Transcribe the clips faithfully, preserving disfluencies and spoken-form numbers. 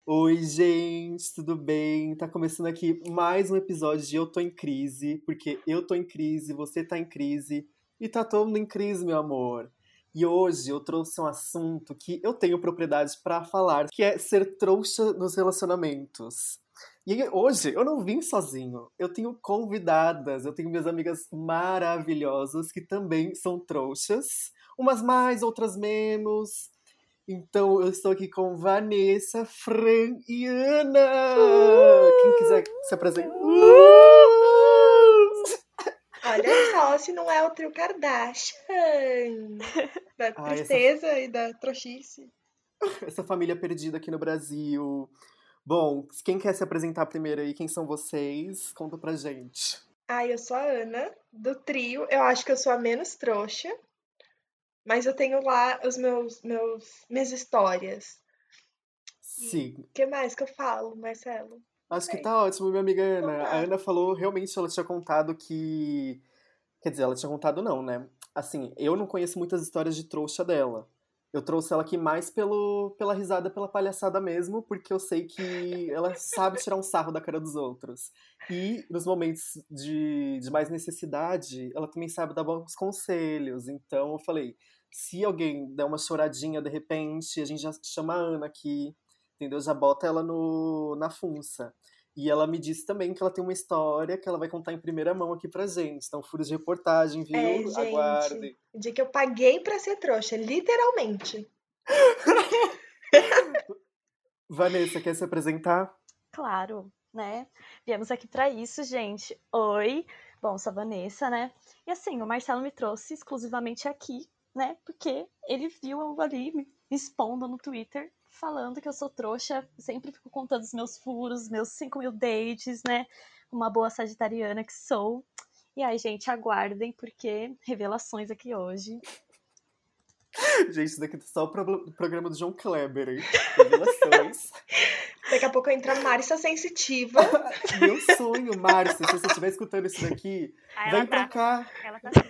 Oi, gente, tudo bem? Tá começando aqui mais um episódio de Eu Tô em Crise, porque eu tô em crise, você tá em crise e tá todo mundo em crise, meu amor. E hoje eu trouxe um assunto que eu tenho propriedade pra falar, que é ser trouxa nos relacionamentos. E aí, hoje eu não vim sozinho, eu tenho convidadas, eu tenho minhas amigas maravilhosas que também são trouxas, umas mais, outras menos. Então, eu estou aqui com Vanessa, Fran e Ana. Quem quiser se apresentar. Olha só se não é o trio Kardashian. Da Ai, essa, tristeza e da trouxice. essa família perdida aqui no Brasil. Bom, quem quer se apresentar primeiro aí? Quem são vocês? Conta pra gente. Ai, eu sou a Ana, do trio. Eu acho que eu sou a menos trouxa. Mas eu tenho lá os meus, meus minhas histórias. E Sim. o que mais que eu falo, Marcelo? Acho que Sei. tá ótimo, minha amiga Então Ana. A tá. Ana falou, realmente, ela tinha contado que. Quer dizer, ela tinha contado não, né? Assim, eu não conheço muitas histórias de trouxa dela. Eu trouxe ela aqui mais pelo, pela risada, pela palhaçada mesmo, porque eu sei que ela sabe tirar um sarro da cara dos outros. E nos momentos de, de mais necessidade, ela também sabe dar bons conselhos. Então eu falei, se alguém der uma choradinha de repente, a gente já chama a Ana aqui, entendeu? Já bota ela no, na funça. E ela me disse também que ela tem uma história que ela vai contar em primeira mão aqui pra gente. Então, furos de reportagem, É, viu? gente. Aguardem. O dia que eu paguei pra ser trouxa, literalmente. Vanessa, quer se apresentar? Claro, né? Viemos aqui pra isso, gente. Oi, bom, sou a Vanessa, né? E assim, o Marcelo me trouxe exclusivamente aqui, né? Porque ele viu eu ali me expondo no Twitter, falando que eu sou trouxa, sempre fico contando os meus furos, meus cinco mil dates, né? Uma boa sagitariana que sou. E aí, gente, aguardem, porque revelações aqui hoje. Gente, isso daqui tá só o pro- programa do João Kleber, hein? Revelações. Daqui a pouco entra a Márcia Sensitiva. Meu sonho, Márcia, se você estiver escutando isso daqui, Ah, ela vem pra tá. cá. Ela tá.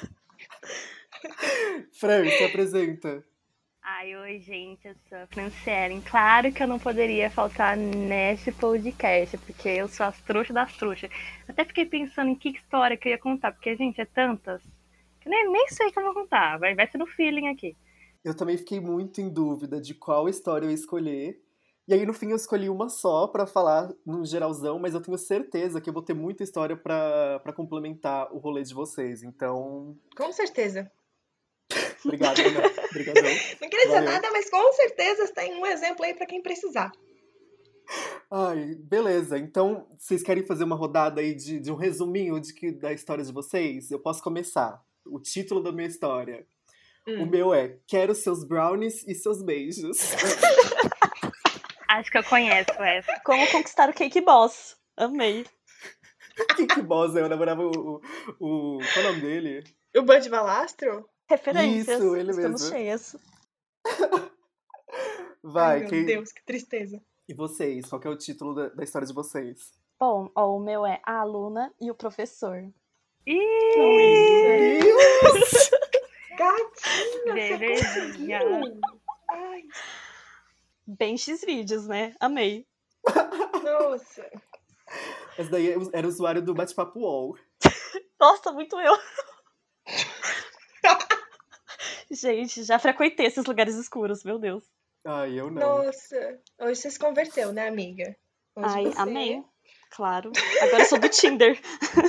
Fran, se apresenta. Ai, oi, gente, eu sou a Franciele. Claro que eu não poderia faltar nesse podcast, porque eu sou as trouxas das trouxas. Até fiquei pensando em que história que eu ia contar, porque, gente, é tantas que nem, nem sei que eu vou contar. Vai, vai ser no feeling aqui. Eu também fiquei muito em dúvida de qual história eu ia escolher. E aí, no fim, eu escolhi uma só pra falar no geralzão, mas eu tenho certeza que eu vou ter muita história pra, pra complementar o rolê de vocês. Então, Com certeza. obrigado, Ana. Obrigadão. Não queria dizer Valeu. nada, mas com certeza tem um exemplo aí pra quem precisar. Ai, beleza. Então, vocês querem fazer uma rodada aí de, de um resuminho de que, da história de vocês? Eu posso começar. O título da minha história. O Hum. meu é Quero seus brownies e seus beijos. Acho que eu conheço essa. Como conquistar o Cake Boss. Amei. Kiki Boss, eu namorava o, o, o. Qual é o nome dele? O Bud Valastro? Referências. Isso, ele Estamos mesmo. cheias. Vai, Ai, meu quem... Deus, que tristeza. E vocês? Qual que é o título da, da história de vocês? Bom, ó, o meu é A Aluna e o Professor. Ih, Deus! Gatinha, você Belezinha. conseguiu. Ai, Bem X-Vídeos, né? Amei. nossa. Esse daí era o usuário do Bate-Papo U O L. Nossa, muito eu. Gente, já frequentei esses lugares escuros, meu Deus. Ai, eu não. Nossa. Hoje você se converteu, né, amiga? Hoje Ai, você... amei. Claro. Agora eu sou do Tinder.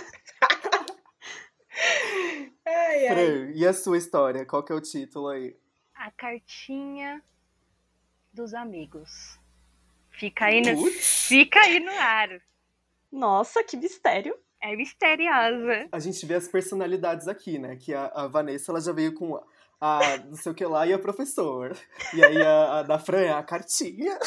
Ai, ai. Fran, e a sua história? Qual que é o título aí? A cartinha dos amigos. Fica aí no, Putz, fica aí no ar. Nossa, que mistério. É misteriosa. a gente vê as personalidades aqui, né? Que a, a Vanessa, ela já veio com a não sei o que lá e a professor. E aí a, a da Fran é a cartinha.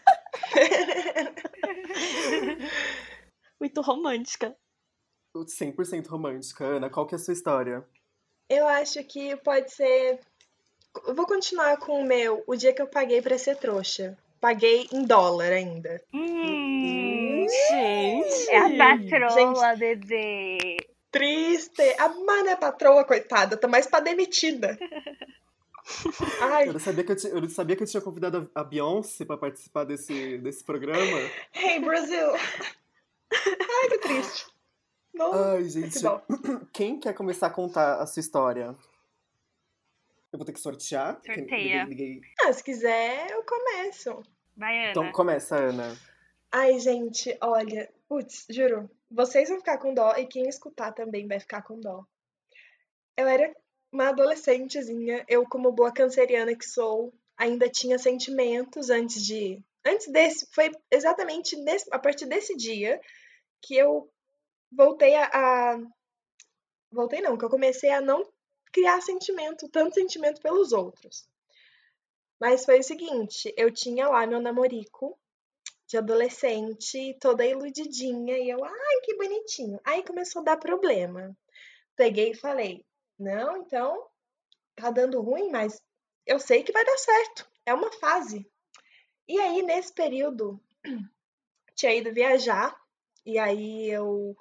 Muito romântica. cem por cento romântica. Ana, qual que é a sua história? Eu acho que pode ser... Eu vou continuar com o meu, o dia que eu paguei pra ser trouxa. Paguei em dólar ainda. Hum, Gente. é a patroa, bebê. Triste. A mana é patroa, coitada, tá mais pra demitida. Ai, Eu não sabia que eu, ti- eu não sabia que eu tinha convidado a a Beyoncé pra participar desse, desse programa. hey, Brasil! Ai, que triste. Não, Ai, que gente. dó. Quem quer começar a contar a sua história? Eu vou ter que sortear? porque Liguei, Sorteia. liguei. Ah, se quiser, eu começo. Vai, Então Ana. começa, Ana. Ai, gente, olha, putz, juro, vocês vão ficar com dó e quem escutar também vai ficar com dó. Eu era uma adolescentezinha, eu como boa canceriana que sou, ainda tinha sentimentos antes de, antes desse, foi exatamente nesse, a partir desse dia que eu voltei a, a voltei não, que eu comecei a não criar sentimento, tanto sentimento pelos outros. Mas foi o seguinte, eu tinha lá meu namorico de adolescente, toda iludidinha, e eu, ai, que bonitinho. Aí começou a dar problema. Peguei e falei, não, então, tá dando ruim, mas eu sei que vai dar certo. É uma fase. E aí, nesse período, tinha ido viajar, e aí eu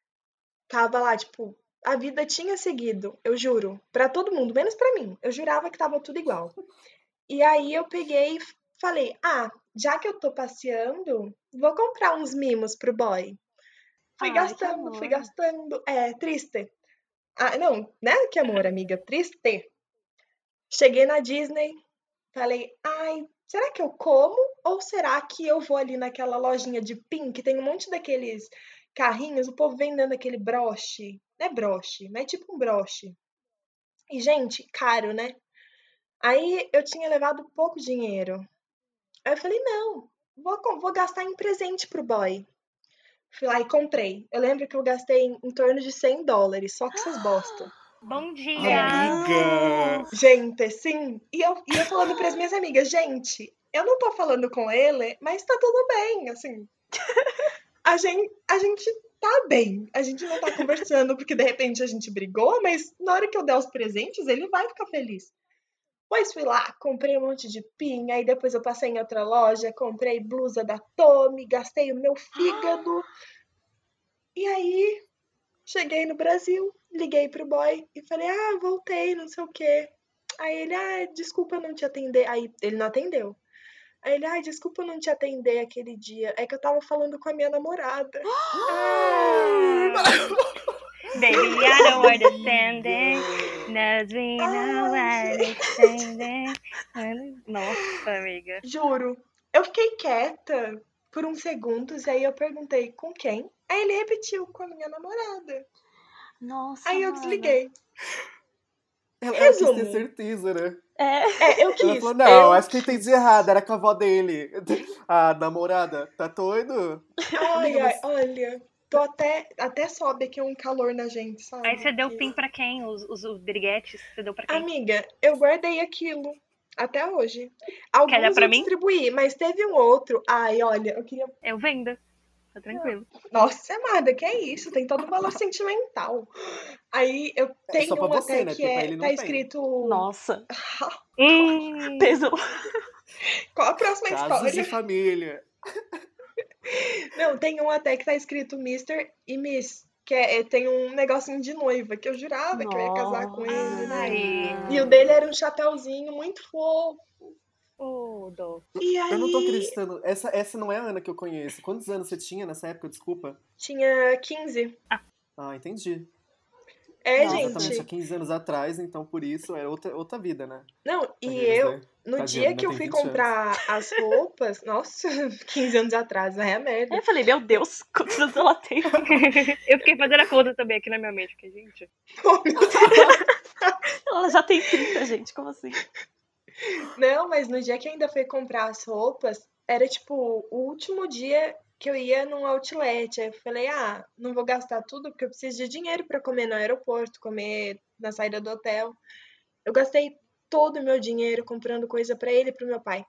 tava lá, tipo, a vida tinha seguido, eu juro, pra todo mundo, menos pra mim. Eu jurava que tava tudo igual. E aí eu peguei e falei, ah, já que eu tô passeando, vou comprar uns mimos pro boy. Fui Ai, que gastando, fui amor. gastando. É, triste. Ah, não, né? Que amor, amiga, triste. Cheguei na Disney, falei, ai, será que eu como? Ou será que eu vou ali naquela lojinha de Pink? Tem um monte daqueles carrinhos, o povo vendendo aquele broche. Não é broche, mas é tipo um broche. E, gente, caro, né? Aí eu tinha levado pouco dinheiro. Aí eu falei, não, vou, com- vou gastar em presente pro boy. Fui lá e comprei. Eu lembro que eu gastei em, em torno de cem dólares, só com essas bosta. Bom dia! Amiga! Gente, sim. E eu ia falando pras minhas amigas, gente, eu não tô falando com ele, mas tá tudo bem, assim. A gente, a gente tá bem. A gente não tá conversando porque de repente a gente brigou, mas na hora que eu der os presentes, ele vai ficar feliz. Pois fui lá, comprei um monte de pinha, aí depois eu passei em outra loja, comprei blusa da Tommy, gastei o meu fígado. E aí, cheguei no Brasil, liguei pro boy e falei, ah, voltei, não sei o quê. Aí ele, ah, desculpa não te atender. Aí ele não atendeu. Aí ele, ah, desculpa não te atender aquele dia. É que eu tava falando com a minha namorada. Ah, baby, I don't understand it. Cause we know Ai, understand it. Nossa, amiga. juro. Eu fiquei quieta por uns segundos, e aí eu perguntei com quem. Aí ele repetiu com a minha namorada. Nossa, Aí eu mana. desliguei. Ela, ela quis ter Resumo. certeza, né? É. É, eu Ela quis. falou, não, eu acho que eu quis. entendi errado, era com a avó dele. A namorada, tá doido? Ai, Amiga, ai, mas olha. Tô até, até sobe aqui um calor na gente, sabe? Aí você deu Que- pin pra quem? Os, os, os biriguetes? Você deu pra quem? Amiga, eu guardei aquilo até hoje. Quer dar Alguns pra eu mim? distribuí, mas teve um outro. Ai, olha, eu queria. Eu vendo. Tá tranquilo. Nossa, amada, que é isso? Tem todo um valor sentimental. Aí eu é só tenho pra um você, até né? que Porque pra é. ele Tá não tem. escrito. Nossa. Hum, Peso. Qual a próxima Casos de história? família. Não, tem um até que tá escrito mister e Miss. Que é, é- tem um negocinho de noiva, que eu jurava que eu ia casar com ele, né? Ai. E o dele era um chapéuzinho muito fofo. ô, dó. E Eu não tô aí, acreditando. Essa, essa não é a Ana que eu conheço. Quantos anos você tinha nessa época? Desculpa. tinha quinze. Ah, entendi. É, Nossa. Exatamente há gente. quinze anos atrás, então por isso é outra, outra vida, né? Não, Pra e eles, eu, né? no Tadinha, dia né? que eu Tem fui vinte anos. comprar as roupas, nossa, quinze anos atrás, é a merda. Aí eu falei, meu Deus, quantos anos ela tem? Eu fiquei fazendo a conta também aqui na minha mente, porque, gente. Oh, meu Deus. Ela já tem trinta, gente, como assim? Não, mas no dia que eu ainda fui comprar as roupas, era tipo o último dia que eu ia num outlet. Aí eu falei, ah, não vou gastar tudo porque eu preciso de dinheiro pra comer no aeroporto, comer na saída do hotel. Eu gastei todo o meu dinheiro comprando coisa pra ele e pro meu pai.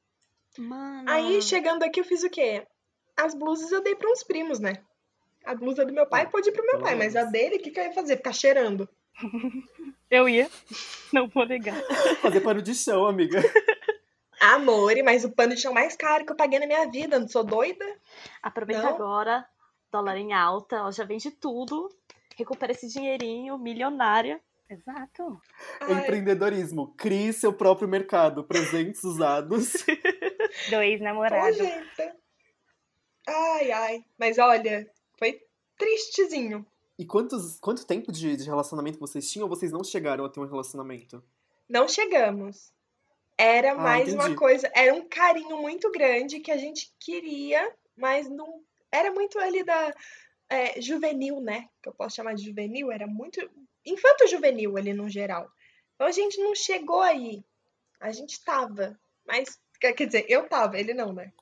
Aí, Mana. chegando aqui, eu fiz o quê? As blusas eu dei pra uns primos, né? A blusa do meu pai Ah, pode ir pro meu pelo pai, mas a menos. dele, o que, que eu ia fazer? Ficar cheirando. Eu ia. Não vou negar. Fazer pano de chão, amiga. Amore, mas o pano de chão mais caro que eu paguei na minha vida, não sou doida? Aproveita Não. agora, dólar em alta, ó, já vende tudo. Recupera esse dinheirinho, milionária. Exato. Ai, Empreendedorismo. Crie seu próprio mercado. Presentes usados. Do ex-namorado. nojenta. Ai, ai. Mas olha, foi tristezinho. E quantos, quanto tempo de, de relacionamento vocês tinham ou vocês não chegaram a ter um relacionamento? Não chegamos. Era Ah, mais uma entendi. coisa, era um carinho muito grande que a gente queria, mas não. Era muito ali da é, juvenil, né? Que eu posso chamar de juvenil, era muito infanto-juvenil ali no geral. Então a gente não chegou aí. A gente tava, mas quer quer dizer, eu tava, ele não, né?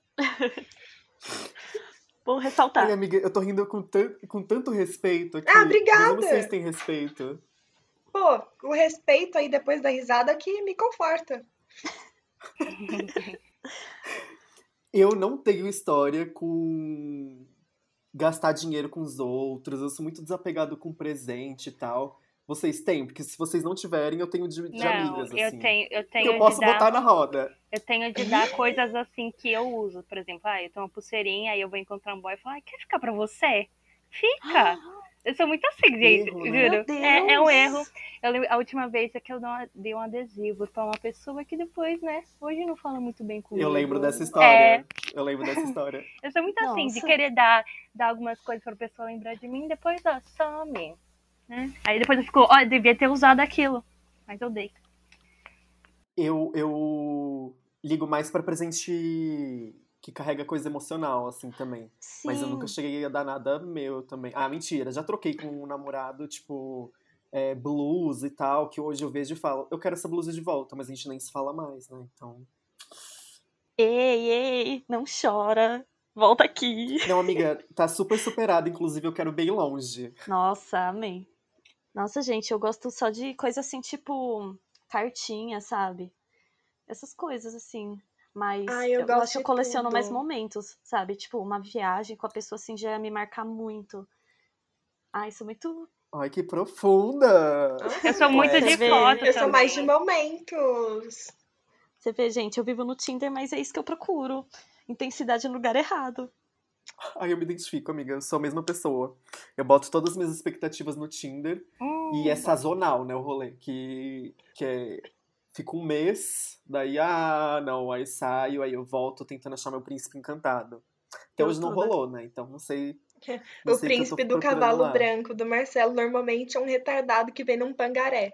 Vou Ai, ressaltar. amiga, eu tô rindo com, tan- com tanto respeito aqui. Ah, Mas eu não sei se obrigada! vocês têm respeito. Pô, o respeito aí depois da risada que me conforta. Eu não tenho história com gastar dinheiro com os outros. Eu sou muito desapegado com presente e tal. Vocês têm? Porque se vocês não tiverem, eu tenho de, de Não, amigas, eu assim. tenho, eu Que tenho eu posso de dar, botar na roda. eu tenho de dar coisas assim que eu uso. Por exemplo, ah, eu tenho uma pulseirinha, aí eu vou encontrar um boy e falar, ah, quer ficar pra você? Fica! Eu sou muito assim, gente, Erro, né? juro. Meu É, é um Deus. erro. Eu lembro, a última vez é que eu dei um- dei um adesivo pra uma pessoa que depois, né, hoje não fala muito bem comigo. Eu lembro dessa É, história. Eu lembro dessa história. eu sou muito assim, de Nossa. querer dar, dar algumas coisas pra pessoa lembrar de mim, depois, ó, some. Né? Aí depois eu fico, ó, eu devia ter usado aquilo. Mas eu dei. Eu, eu ligo mais pra presente que carrega coisa emocional, assim, também. Mas eu nunca Sim. cheguei a dar nada meu também. Ah, mentira. Já troquei com um namorado, tipo, é, blusa e tal, que hoje eu vejo e falo, eu quero essa blusa de volta, mas a gente nem se fala mais, né? Então. Ei, ei, não chora. Volta aqui. Não, amiga, tá super superado. Inclusive, eu quero bem longe. Nossa, amei. Nossa, gente, eu gosto só de coisa assim, tipo cartinha, sabe? Essas coisas assim. Mas Ai, eu eu, eu gosto acho que eu de coleciono mais tudo. momentos, sabe? Tipo, uma viagem com a pessoa assim já ia me marcar muito. Ai, isso é muito. Ai, que profunda! Eu sou muito Poética. de Você vê? foto Eu sou mais de também. momentos. Você vê, gente, eu vivo no Tinder, mas é isso que eu procuro. Intensidade no lugar errado. Ai, eu me identifico, amiga. Eu sou a mesma pessoa. Eu boto todas as minhas expectativas no Tinder. Hum, E é sazonal, né, o rolê. Que, que é... Fico um mês, daí, ah, não, aí saio, aí eu volto tentando achar meu príncipe encantado. Até Eu hoje não toda. rolou, né? Então não sei, não O sei o que eu tô príncipe do procurando cavalo lá. branco do Marcelo normalmente é um retardado que vem num pangaré.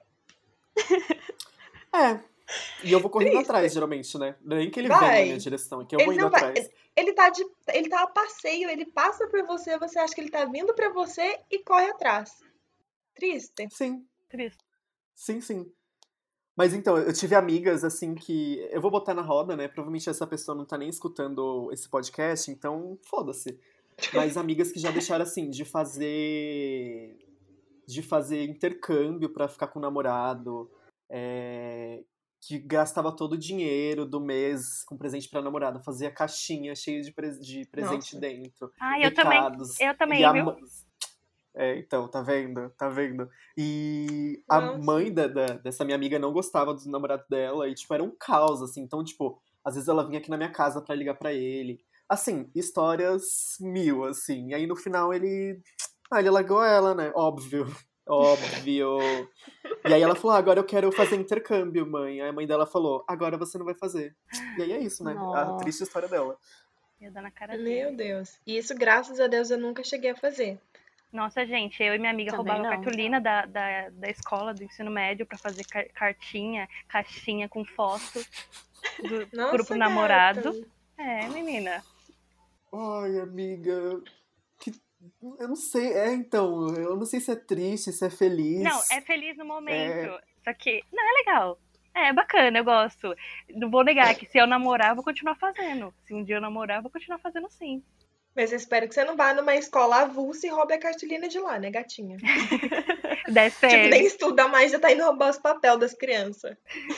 É. E eu vou correndo Triste. atrás, geralmente, né? Nem que ele venha na minha Vai. direção, é que eu vou Ele indo não vai. atrás. Ele tá de. Ele tá a passeio, ele passa por você, você acha que ele tá vindo pra você e corre atrás. Triste. Sim, triste. sim, sim. Mas então, eu tive amigas, assim, que... Eu vou botar na roda, né? Provavelmente essa pessoa não tá nem escutando esse podcast, então foda-se. Mas amigas que já deixaram, assim, de fazer... De fazer intercâmbio pra ficar com o namorado. é, Que gastava todo o dinheiro do mês com presente pra namorada. Fazia caixinha cheia de, pres- de presente Nossa. dentro. Ah, eu também. Recados. Eu também, E a viu? ma- É, então, tá vendo? Tá vendo? E a Nossa. mãe da, da- dessa minha amiga não gostava do namorado dela e, tipo, era um caos, assim. Então, tipo, às vezes ela vinha aqui na minha casa pra ligar pra ele. Assim, histórias mil, assim. E aí, no final, ele... Ah, ele largou ela, né? Óbvio. Óbvio. E aí ela falou, ah, agora eu quero fazer intercâmbio, mãe. Aí a mãe dela falou, agora você não vai fazer. E aí é isso, né? A Nossa. triste história dela. Eu dou na cara dele. Meu Deus. E isso, graças a Deus, eu nunca cheguei a fazer. Nossa, gente, eu e minha amiga Também roubava não. cartolina da, da, da escola, do ensino médio, pra fazer car- cartinha, caixinha com foto do Nossa, grupo namorado. gata. É, menina. Ai, amiga. Que... Eu não sei. É, então. Eu não sei se é triste, se é feliz. Não, é feliz no momento. Só que, não, é legal. É, é bacana, eu gosto. Não vou negar que se eu namorar, eu vou continuar fazendo. Se um dia eu namorar, eu vou continuar fazendo sim. Mas eu espero que você não vá numa escola avulsa e roube a cartolina de lá, né, gatinha? dez Tipo, nem P M. estuda mais, já tá indo roubar os papéis das crianças.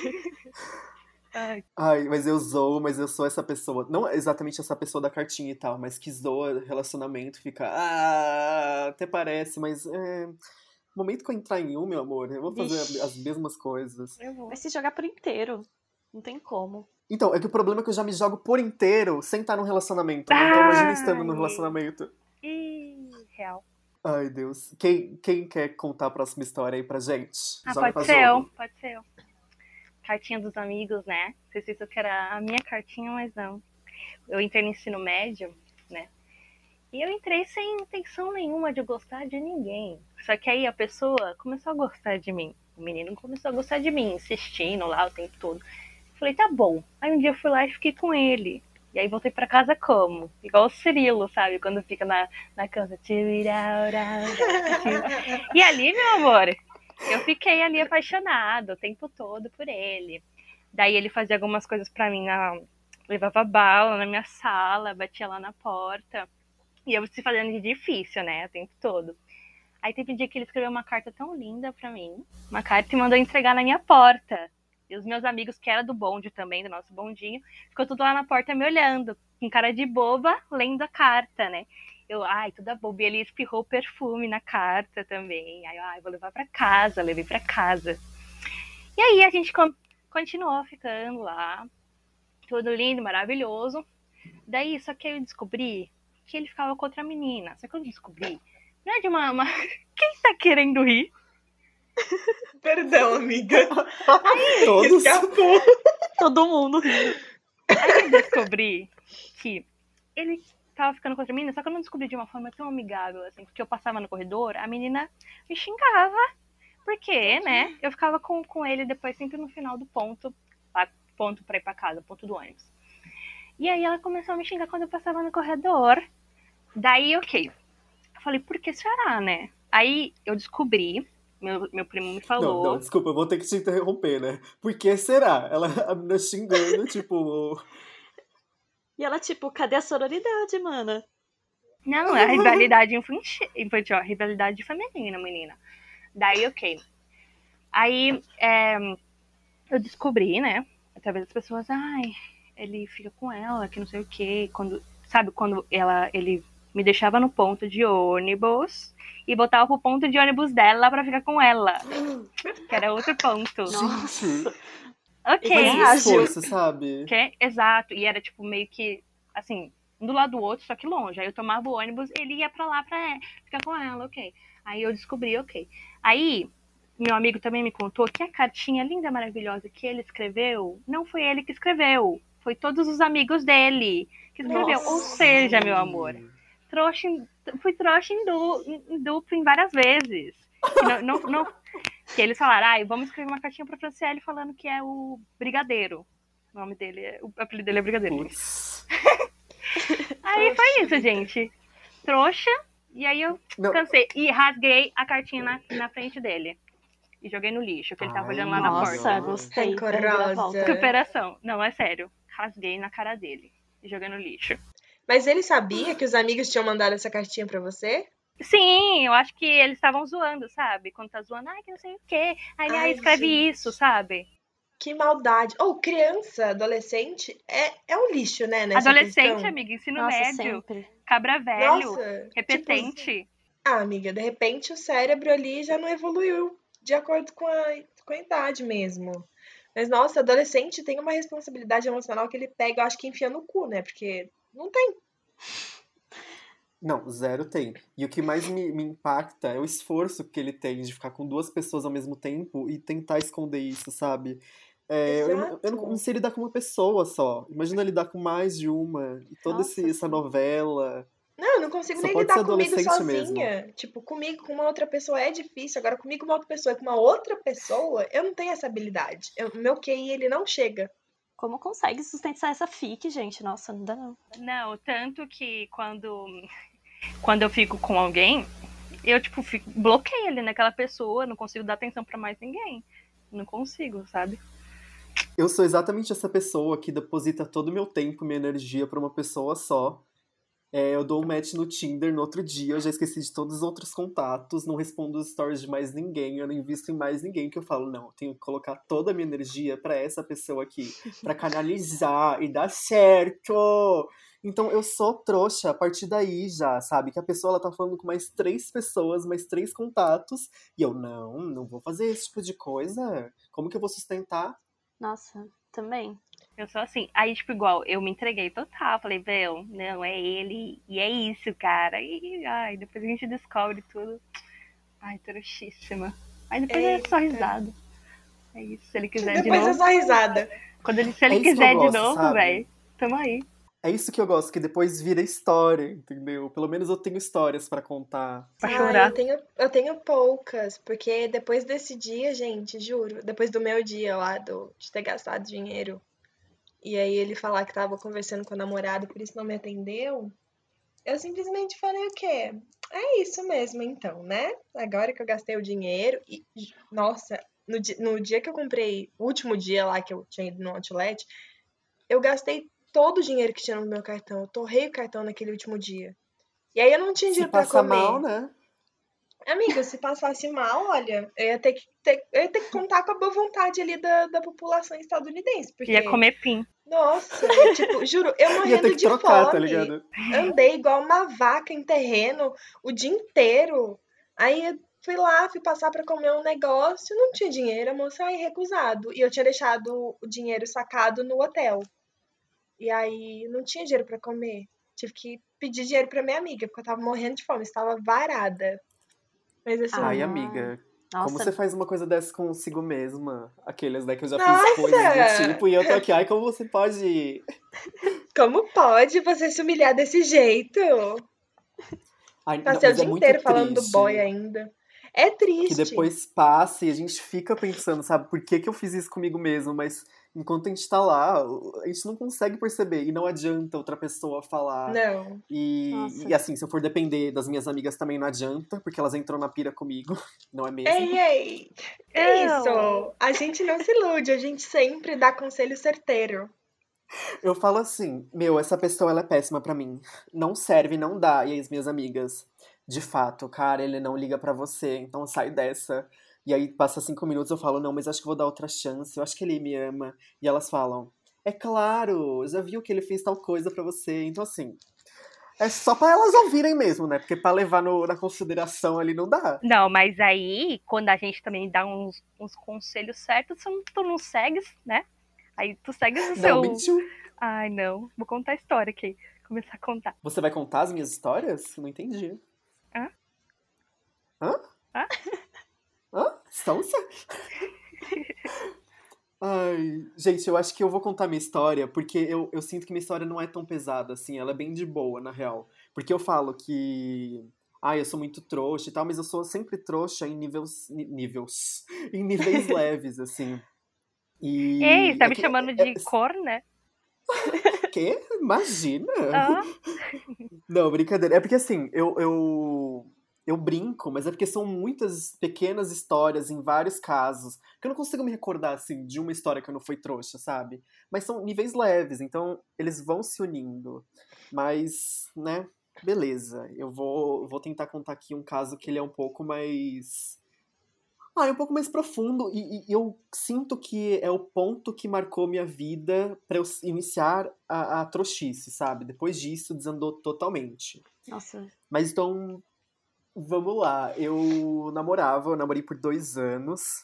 Ai, Ai, mas eu zoo, mas eu sou essa pessoa. Não exatamente essa pessoa da cartinha e tal, mas que zoa relacionamento, fica. Ah, até parece, mas. É... No momento que eu entrar em um, meu amor, eu vou fazer Vixe. as mesmas coisas. eu vou. Vai se jogar por inteiro. Não tem como. Então, é que o problema é que eu já me jogo por inteiro sem estar num relacionamento. Né? Então, imagina estando num Ai. relacionamento. Ih, real. Ai, Deus. Quem, quem quer contar a próxima história aí pra gente? Ah, Joga pra pode ser eu, jogo. pode ser eu. Cartinha dos amigos, né? Vocês pensam que era a minha cartinha, mas não. Eu entrei no ensino médio, né? E eu entrei sem intenção nenhuma de gostar de ninguém. Só que aí a pessoa começou a gostar de mim. O menino começou a gostar de mim, insistindo lá o tempo todo. Falei, tá bom. Aí um dia eu fui lá e fiquei com ele. E aí voltei pra casa como? Igual o Cirilo, sabe? Quando fica na, na cansa. E ali, meu amor, eu fiquei ali apaixonada o tempo todo por ele. Daí ele fazia algumas coisas pra mim. Na... Levava bala na minha sala, batia lá na porta. E eu se fazendo de difícil, né? O tempo todo. Aí teve um dia que ele escreveu uma carta tão linda pra mim. Uma carta e mandou entregar na minha porta. E os meus amigos, que era do bonde também, do nosso bondinho, ficou tudo lá na porta me olhando, com cara de boba, lendo a carta, né? Eu, ai, toda boba. E ele espirrou perfume na carta também. Aí eu, ai, vou levar pra casa, levei pra casa. E aí a gente continuou ficando lá, tudo lindo, maravilhoso. Daí, só que eu descobri que ele ficava com outra menina. Só que eu descobri, não é de uma... uma... Quem tá querendo rir? Perdão, amiga. Aí, todos. Escapou. Todo mundo rindo. Aí eu descobri que ele tava ficando com outra menina, só que eu não descobri de uma forma tão amigável, assim, porque eu passava no corredor, a menina me xingava, porque, né, eu ficava com, com ele depois sempre no final do ponto, lá, ponto pra ir pra casa, ponto do ônibus. E aí ela começou a me xingar quando eu passava no corredor. Daí, ok. Eu falei, por que será, né? Aí eu descobri, meu, meu primo me falou... Não, não, desculpa, eu vou ter que te interromper, né? Por que será? Ela, a menina xingando, tipo... E ela, tipo, cadê a sororidade, mana? Não, é a rivalidade infantil, infantil, a rivalidade feminina, menina. Daí, ok. Aí, é, eu descobri, né? Através das pessoas, ai, ele fica com ela, que não sei o quê. Quando, sabe, quando ela, ele me deixava no ponto de ônibus e botava pro ponto de ônibus dela pra ficar com ela. Que era outro ponto. Gente, Ok. mas esforço, sabe? Que, exato. E era, tipo, meio que, assim, um do lado do outro, só que longe. Aí eu tomava o ônibus, ele ia pra lá pra é, ficar com ela, ok. Aí eu descobri, ok. Aí, meu amigo também me contou que a cartinha linda, maravilhosa que ele escreveu, não foi ele que escreveu. Foi todos os amigos dele que escreveu. Nossa. Ou seja, meu amor, trouxa em, fui trouxa em, du, em duplo em várias vezes. Não, não, não, que eles falaram, ah, vamos escrever uma cartinha pra Franciele falando que é o Brigadeiro. O nome dele, é, o apelido dele é Brigadeiro. Putz. Aí foi isso, gente. Trouxa. E aí eu Não. cansei. E rasguei a cartinha na, na frente dele. E joguei no lixo, que ele tava Ai, olhando lá na Nossa, porta. gostei. Rancorosa. Reviravolta. Recuperação. Não, é sério. Rasguei na cara dele. E joguei no lixo. Mas ele sabia que os amigos tinham mandado essa cartinha pra você? Sim, eu acho que eles estavam zoando, sabe? Quando tá zoando, ai, que não sei o quê. Aí ele, Ai, ah, escreve gente. isso, sabe? Que maldade. Ou criança, adolescente, é, é um lixo, né, nessa Adolescente, questão. amiga, ensino Nossa, médio. sempre. Cabra velho. Nossa, repetente. tipo, ah, amiga, de repente o cérebro ali já não evoluiu de acordo com a, com a idade mesmo. Mas, nossa, adolescente tem uma responsabilidade emocional que ele pega, eu acho que enfia no cu, né? Porque não tem. Não, zero tem. E o que mais me, me impacta é o esforço que ele tem de ficar com duas pessoas ao mesmo tempo e tentar esconder isso, sabe? É, eu, eu não- eu não, Exato. não sei lidar com uma pessoa só. Imagina lidar com mais de uma. E toda esse- Nossa, essa sim. novela. Não, eu não consigo Só nem pode ser lidar comigo adolescente sozinha. Tipo, comigo, com uma outra pessoa é difícil. Agora, comigo, uma outra pessoa, com uma outra pessoa, eu não tenho essa habilidade. Eu- O meu Q I, ele não chega. Como consegue sustentar essa fique, gente? Nossa, não dá não. Não, tanto que quando, quando eu fico com alguém, eu, tipo, fico, bloqueio ali naquela pessoa, não consigo dar atenção pra mais ninguém. Não consigo, sabe? Eu sou exatamente essa pessoa que deposita todo o meu tempo, minha energia pra uma pessoa só. É, eu dou um match no Tinder no outro dia, eu já esqueci de todos os outros contatos, não respondo os stories de mais ninguém, eu não invisto em mais ninguém, que eu falo, não, eu tenho que colocar toda a minha energia pra essa pessoa aqui, pra canalizar e dar certo. Então eu sou trouxa a partir daí já, sabe? Que a pessoa ela tá falando com mais três pessoas, mais três contatos, e eu, não, não vou fazer esse tipo de coisa. Como que eu vou sustentar? Nossa, também. Eu sou assim. Aí, tipo, igual, eu me entreguei total. Falei, meu, não, é ele. E é isso, cara. E, ai, depois a gente descobre tudo. Ai, trouxíssima. Aí depois Eita. é só risada. É isso, se ele quiser de Depois novo. é só risada. Quando ele, se ele É isso que eu quiser gosto, de novo, sabe? velho, tamo aí. É isso que eu gosto, que depois vira história, entendeu? Pelo menos eu tenho histórias pra contar. Pra Ah, chorar. eu tenho, eu tenho poucas, porque depois desse dia, gente, juro, depois do meu dia lá, do, de ter gastado dinheiro, e aí ele falar que tava conversando com a namorada, por isso não me atendeu, eu simplesmente falei o quê? É isso mesmo, então, né? Agora que eu gastei o dinheiro, e, nossa, no, di- no dia que eu comprei, o último dia lá que eu tinha ido no Outlet, eu gastei todo o dinheiro que tinha no meu cartão, eu torrei o cartão naquele último dia. E aí eu não tinha Se dinheiro pra passa comer. mal, né? Amiga, se passasse mal, olha, eu ia ter que, ter, eu ia ter que contar com a boa vontade ali da, da população estadunidense, porque, Ia comer pim. nossa, tipo, juro, eu Ia ter morrendo que de trocar, tá fome, ligado? andei igual uma vaca em terreno o dia inteiro, aí eu fui lá, fui passar pra comer um negócio, não tinha dinheiro, a moça, ai, recusado, e eu tinha deixado o dinheiro sacado no hotel, e aí não tinha dinheiro pra comer, tive que pedir dinheiro pra minha amiga, porque eu tava morrendo de fome, estava varada. Mas assim, Ai, Ah, amiga, como nossa, você faz uma coisa dessa consigo mesma? Aqueles, né, que eu já fiz coisas do nossa! tipo e eu tô aqui. Ai, como você pode... Como pode você se humilhar desse jeito? Ai, não, Passei o mas é dia muito inteiro falando do boy triste ainda. É que triste. depois passa e a gente fica pensando, sabe, por que que eu fiz isso comigo mesmo? Mas enquanto a gente tá lá, a gente não consegue perceber e não adianta outra pessoa falar. Não. E, nossa. e assim, se eu for depender das minhas amigas também não adianta, porque elas entram na pira comigo, não é mesmo? Ei, ei! É isso! Eu. A gente não se ilude, a gente sempre dá conselho certeiro. Eu falo assim, meu, essa pessoa ela é péssima pra mim. Não serve, não dá. E aí as minhas amigas, de fato, cara, ele não liga pra você, então sai dessa. E aí passa cinco minutos eu falo, não, mas acho que vou dar outra chance, eu acho que ele me ama. E elas falam, é claro, já viu que ele fez tal coisa pra você. Então assim, é só pra elas ouvirem mesmo, né? Porque pra levar no- na consideração ali não dá. Não, mas aí, quando a gente também dá uns, uns conselhos certos, tu não, tu não segues, né? Aí tu segues o Não, seu. mentiu. Ai, não. Vou contar a história aqui. Começar a contar. Você vai contar as minhas histórias? Não entendi. Hã? Hã? Hã? Hã? Sonsa? Ai, gente, eu acho que eu vou contar minha história, porque eu, eu sinto que minha história não é tão pesada, assim, ela é bem de boa, na real. Porque eu falo que, ai, eu sou muito trouxa e tal, mas eu sou sempre trouxa em níveis, ni- níveis, em níveis leves, assim. Ei, você E tá é me que, chamando é, é, de cor, né? quê? Imagina! Ah, Não, brincadeira. É porque assim, eu, eu, eu brinco, mas é porque são muitas pequenas histórias em vários casos, que eu não consigo me recordar, assim, de uma história que eu não fui trouxa, sabe? Mas são níveis leves, então eles vão se unindo. Mas, né, beleza. Eu vou, vou tentar contar aqui um caso que ele é um pouco mais... Ah, é um pouco mais profundo e, e eu sinto que é o ponto que marcou minha vida pra eu iniciar a, a trouxice, sabe? Depois disso, desandou totalmente. Nossa. Mas então, vamos lá. Eu namorava, eu namorei por dois anos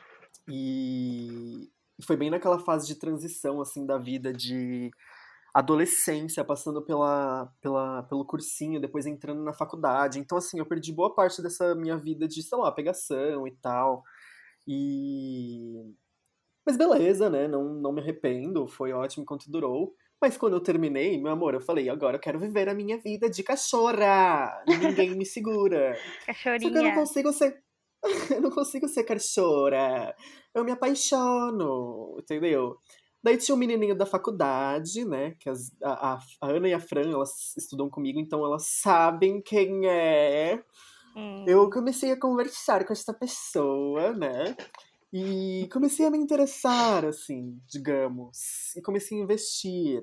e foi bem naquela fase de transição, assim, da vida de adolescência, passando pela, pela, pelo cursinho, depois entrando na faculdade. Então, assim, eu perdi boa parte dessa minha vida de, sei lá, pegação e tal. E... Mas beleza, né? Não, não me arrependo, foi ótimo enquanto durou. Mas quando eu terminei, meu amor, eu falei, agora eu quero viver a minha vida de cachorra. Ninguém me segura. Só que eu não cachorrinha. consigo ser. Eu não consigo ser cachorra. Eu me apaixono, entendeu? Daí tinha um menininho da faculdade, né? Que as- a, a- a Ana e a Fran, elas estudam comigo, então elas sabem quem é. Eu Hum. comecei a conversar com essa pessoa, né? E comecei a me interessar, assim, digamos. E comecei a investir.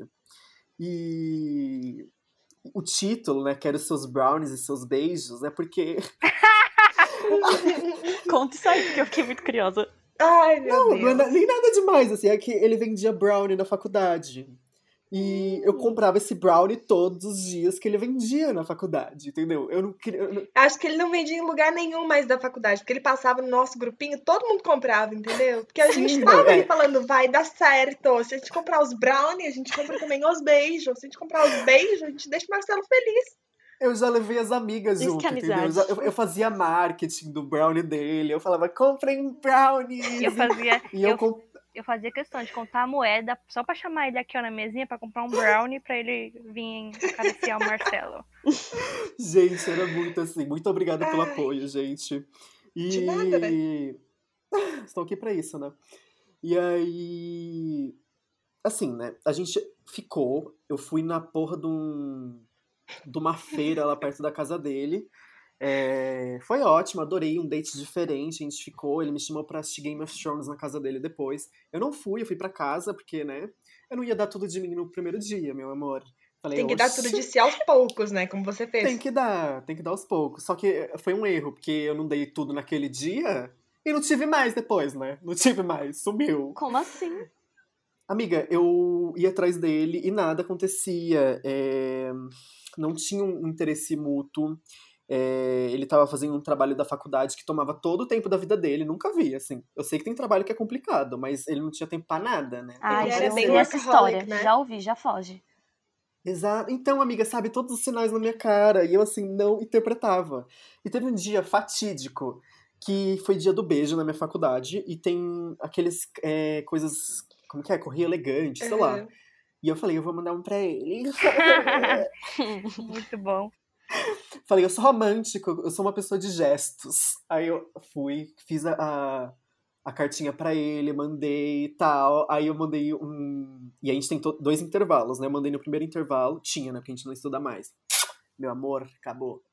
E o título, né, que era os seus brownies e seus beijos, é porque... Conta isso aí, porque eu fiquei muito curiosa. Ai, meu Não, não é na- Deus. nem nada demais, assim, é que ele vendia brownie na faculdade. E eu comprava esse brownie todos os dias que ele vendia na faculdade, entendeu? Eu não queria. Eu não... Acho que ele não vendia em lugar nenhum mais da faculdade, porque ele passava no nosso grupinho, todo mundo comprava, entendeu? Porque a Sim, gente não, tava ali é. falando, vai dar certo. Se a gente comprar os brownies, a gente compra também os beijos. Se a gente comprar os beijos, a gente deixa o Marcelo feliz. Eu já levei as amigas Isso que é junto, entendeu? Eu, já- amizade. eu- eu fazia marketing do brownie dele. Eu falava, comprem brownies! Eu fazia, E eu, eu, com- eu fazia questão de contar a moeda só pra chamar ele aqui ó, na mesinha pra comprar um brownie pra ele vir acariciar o Marcelo. Gente, era muito assim. Muito obrigada pelo Ai. apoio, gente. De nada, né? E. Estão aqui pra isso, né? E aí. Assim, né? A gente ficou. Eu fui na porra de, um, de uma feira lá perto da casa dele. É, foi ótimo, adorei, um date diferente. A gente ficou. Ele me chamou pra assistir Game of Thrones na casa dele depois. Eu não fui, eu fui pra casa, porque, né? Eu não ia dar tudo de mim no primeiro dia, meu amor. Falei, Tem que dar "Oxi, tudo de si aos poucos, né? Como você fez. tem que dar, tem que dar aos poucos. Só que foi um erro, porque eu não dei tudo naquele dia e não tive mais depois, né? Não tive mais, sumiu. Como assim? Amiga, eu ia atrás dele e nada acontecia. é, Não tinha um interesse mútuo. É, Ele tava fazendo um trabalho da faculdade que tomava todo o tempo da vida dele. Nunca vi, assim. Eu sei que tem trabalho que é complicado, mas ele não tinha tempo pra nada, né? Ai, Ele já era ouvi bem essa workaholic, história. né? Já ouvi, já foge. Exato. Então, amiga, sabe, todos os sinais na minha cara. E eu, assim, não interpretava. E teve um dia fatídico, que foi dia do beijo na minha faculdade. E tem aqueles é, coisas, como que é? Correio elegante, sei lá. Aham. E eu falei, eu vou mandar um pra ele. Muito bom. Falei, eu sou romântico, eu sou uma pessoa de gestos. Aí eu fui, fiz a, a, a cartinha pra ele, mandei e tal. Aí eu mandei um. E a gente tem to- dois intervalos, né? Eu mandei no primeiro intervalo, tinha, né? Porque a gente não estuda mais. Meu amor, acabou.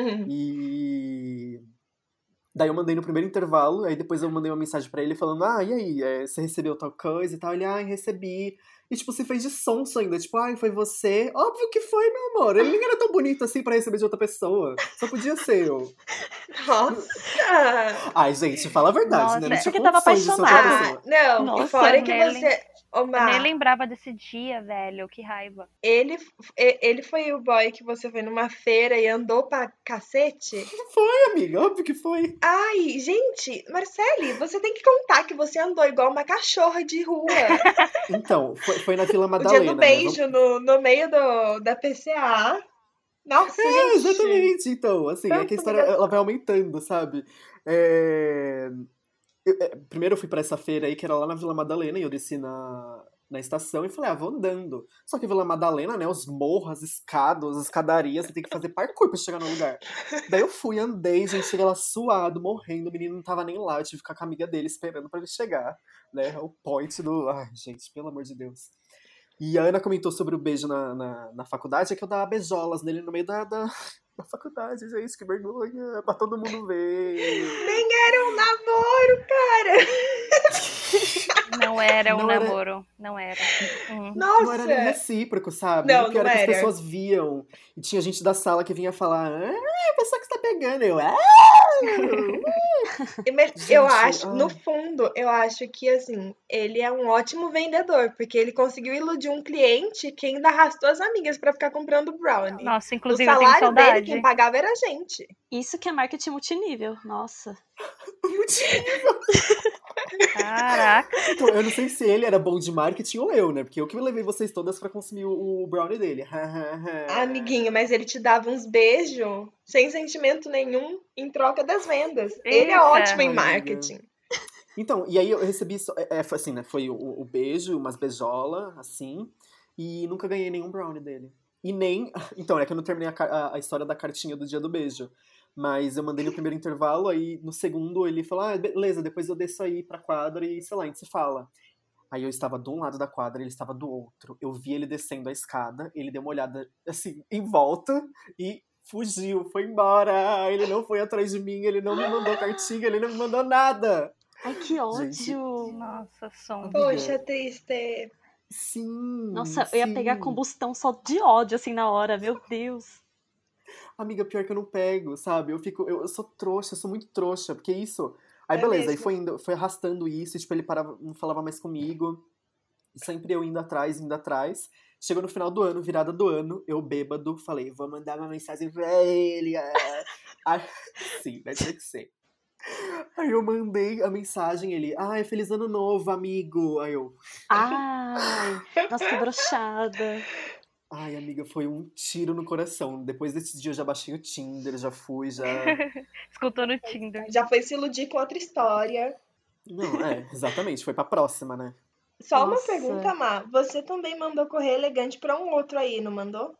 E. Daí eu mandei no primeiro intervalo, aí depois eu mandei uma mensagem pra ele falando, ah, e aí, é, você recebeu tal coisa e tal? Ele, ah, recebi. E, tipo, você fez de sonso ainda, tipo, ai, foi você. Óbvio que foi, meu amor. Ele nem era tão bonito assim pra receber de outra pessoa. Só podia ser eu. Nossa! Ai, gente, fala a verdade, Nossa, né? Não é tinha porque tava condições de ser outra apaixonado. pessoa. Ah, não. Nossa, e fora que Nelly. você. Ô, Eu nem Mar, lembrava desse dia, velho. Que raiva. ele, e- ele foi o boy que você foi numa feira e andou pra cacete? Foi, amiga, óbvio que foi. Ai, gente, Marcele, você tem que contar que você andou igual uma cachorra de rua. Então, foi, foi na Vila O Madalena, dia do né? beijo no, no meio do, da P C A. Nossa, É, gente. exatamente. Então, assim, é que a Tanta história ela vai aumentando, sabe? É, eu- é, Primeiro eu fui pra essa feira aí, que era lá na Vila Madalena, e eu desci na, na estação e falei, ah, vou andando. Só que Vila Madalena, né, os morros, as escadas, as escadarias, você tem que fazer parkour pra chegar no lugar. Daí eu fui, andei, gente, cheguei lá suado, morrendo, o menino não tava nem lá, eu tive que ficar com a amiga dele esperando pra ele chegar, né, o point do... Ai, gente, pelo amor de Deus. E a Ana comentou sobre o beijo na, na, na faculdade, é que eu dava beijolas nele no meio da, da, da faculdade, gente, que vergonha, pra todo mundo ver. Nem era um namoro, cara. Não era um Não era- namoro. Não era. Hum. Não era nem Nossa. recíproco, sabe? Não, E o pior não é que era. as pessoas viam. E tinha gente da sala que vinha falar, ah, a pessoa que você tá pegando. Eu, ah! E me- Gente, eu acho, no ai. fundo, eu acho que assim, ele é um ótimo vendedor, porque ele conseguiu iludir um cliente que ainda arrastou as amigas pra ficar comprando brownie. Nossa, O inclusive eu tenho salário dele, saudade. quem pagava era a gente. Isso que é marketing multinível. Nossa. Caraca. Então, eu não sei se ele era bom de marketing ou eu, né? Porque eu que levei vocês todas pra consumir o, o brownie dele. Ah, amiguinho, mas ele te dava uns beijos sem sentimento nenhum em troca das vendas. Ele é Eita. ótimo em Ai, amiga. marketing. Então, e aí eu recebi, só- é, é, foi assim, né? Foi o, o beijo, umas beijolas, assim, e nunca ganhei nenhum brownie dele. E nem. Então, é que eu não terminei a, ca- a- a história da cartinha do dia do beijo. Mas eu mandei no primeiro intervalo, aí no segundo ele falou: ah, beleza, depois eu desço aí pra quadra e sei lá, a gente se fala. Aí eu estava de um lado da quadra, ele estava do outro. Eu vi ele descendo a escada, ele deu uma olhada, assim, em volta e fugiu, foi embora. Ele não foi atrás de mim, ele não me mandou cartinha, ele não me mandou nada. Ai, que ódio. Gente. Nossa, som. Amiga. Poxa, triste. Sim. Nossa, eu ia sim. pegar combustão só de ódio, assim, na hora. Meu Deus. Amiga, pior que eu não pego, sabe? Eu fico, eu, eu sou trouxa, eu sou muito trouxa, porque isso. Aí É beleza, aí mesmo? foi indo, foi arrastando isso, e, tipo, ele parava, não falava mais comigo. E sempre eu indo atrás, indo atrás. Chegou no final do ano, virada do ano, eu bêbado, falei, vou mandar uma mensagem pra ele. Aí, sim, vai ter que ser. Aí eu mandei a mensagem, ele, ai, feliz ano novo, amigo. Aí eu... Ai, nossa, que broxada. Ai, amiga, foi um tiro no coração. Depois desse dia eu já baixei o Tinder, já fui, já... Escutou no Tinder. Já foi se iludir com outra história. Não, é, exatamente, foi pra próxima, né? Só Nossa. uma pergunta, Má. Você também mandou correr elegante pra um outro aí, não mandou?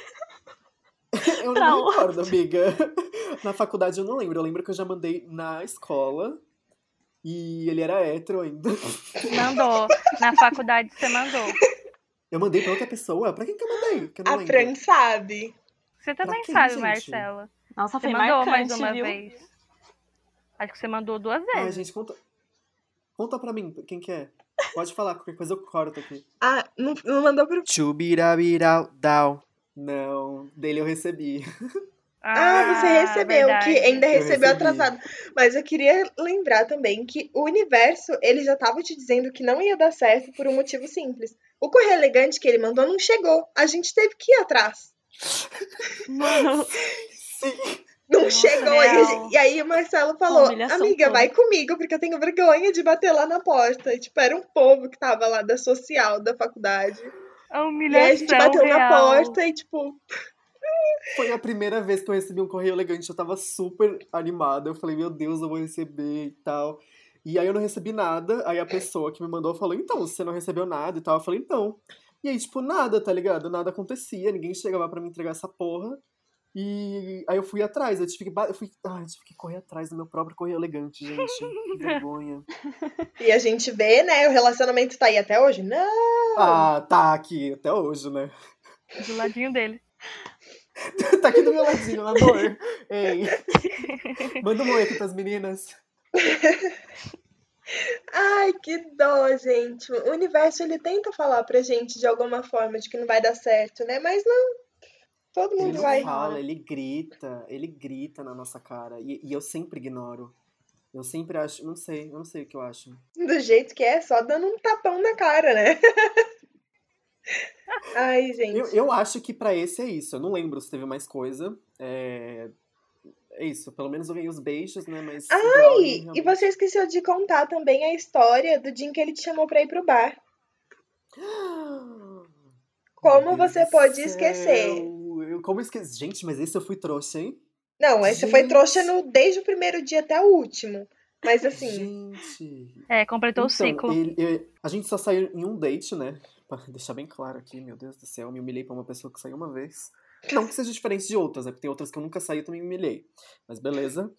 Eu Pra não me recordo, amiga. Na faculdade eu não lembro. Eu lembro que eu já mandei na escola e ele era hétero ainda. Mandou. Na faculdade você mandou. Eu mandei pra outra pessoa? Pra quem que eu mandei? Que eu não A lembro. Fran sabe. Você também quem, sabe, gente? Marcela. Nossa, Você foi mandou marcante, mais uma viu? vez. Acho que você mandou duas Ai, vezes. gente, conta. Conta pra mim, quem que é? Pode falar, qualquer coisa eu corto aqui. Ah, não, não mandou pro... Chubirabirau. Não, dele eu recebi. Ah, você recebeu, verdade. que ainda Eu recebeu recebi. atrasado. Mas eu queria lembrar também que o universo, ele já tava te dizendo que não ia dar certo por um motivo simples. O correio elegante que ele mandou não chegou. A gente teve que ir atrás. Mano, Sim. Não Nossa, chegou. E, a real. gente- e aí o Marcelo falou, Humilhação amiga, toda. vai comigo, porque eu tenho vergonha de bater lá na porta. E, tipo, era um povo que tava lá da social, da faculdade. A E humilhação aí a gente bateu real. na porta e, tipo, Foi a primeira vez que eu recebi um correio elegante. Eu tava super animada. Eu falei, meu Deus, eu vou receber e tal. E aí eu não recebi nada. Aí a pessoa que me mandou falou, então, você não recebeu nada e tal. Eu falei, então. E aí, tipo, nada, tá ligado? Nada acontecia. Ninguém chegava pra me entregar essa porra. E aí eu fui atrás. Eu tive que, ba- eu fui... Ai, eu tive que correr atrás do meu próprio correio elegante, gente. Que vergonha. e a gente vê, né, o relacionamento tá aí até hoje? Não! Ah, tá aqui até hoje, né? Do ladinho dele. Tá aqui do meu ladinho, amor. Ei. Manda um oi aqui pras meninas. Ai, que dó, gente. O universo, ele tenta falar pra gente de alguma forma de que não vai dar certo, né? Mas não. Todo Ele mundo não vai. fala, ele grita, ele grita na nossa cara. E, e eu sempre ignoro. Eu sempre acho, não sei, eu não sei o que eu acho. Do jeito que é, só dando um tapão na cara, né? Ai, gente. Eu, eu acho que pra esse é isso. Eu não lembro se teve mais coisa. É, é isso, pelo menos eu ganhei os beijos, né? Mas. o Ai, brownie, e realmente- você esqueceu de contar também a história do dia em que ele te chamou pra ir pro bar. Como Meu Deus você do pode céu. esquecer? Eu, como esqueci? Gente, mas esse eu fui trouxa, hein? Não, aí você foi trouxa no, desde o primeiro dia até o último. Mas assim, Gente. É, completou o Então, ciclo. ele- ele- a gente só saiu em um date, né? Pra deixar bem claro aqui, meu Deus do céu, eu me humilhei pra uma pessoa que saiu uma vez. Não que seja diferente de outras, né? Porque tem outras que eu nunca saí e também me humilhei. Mas beleza.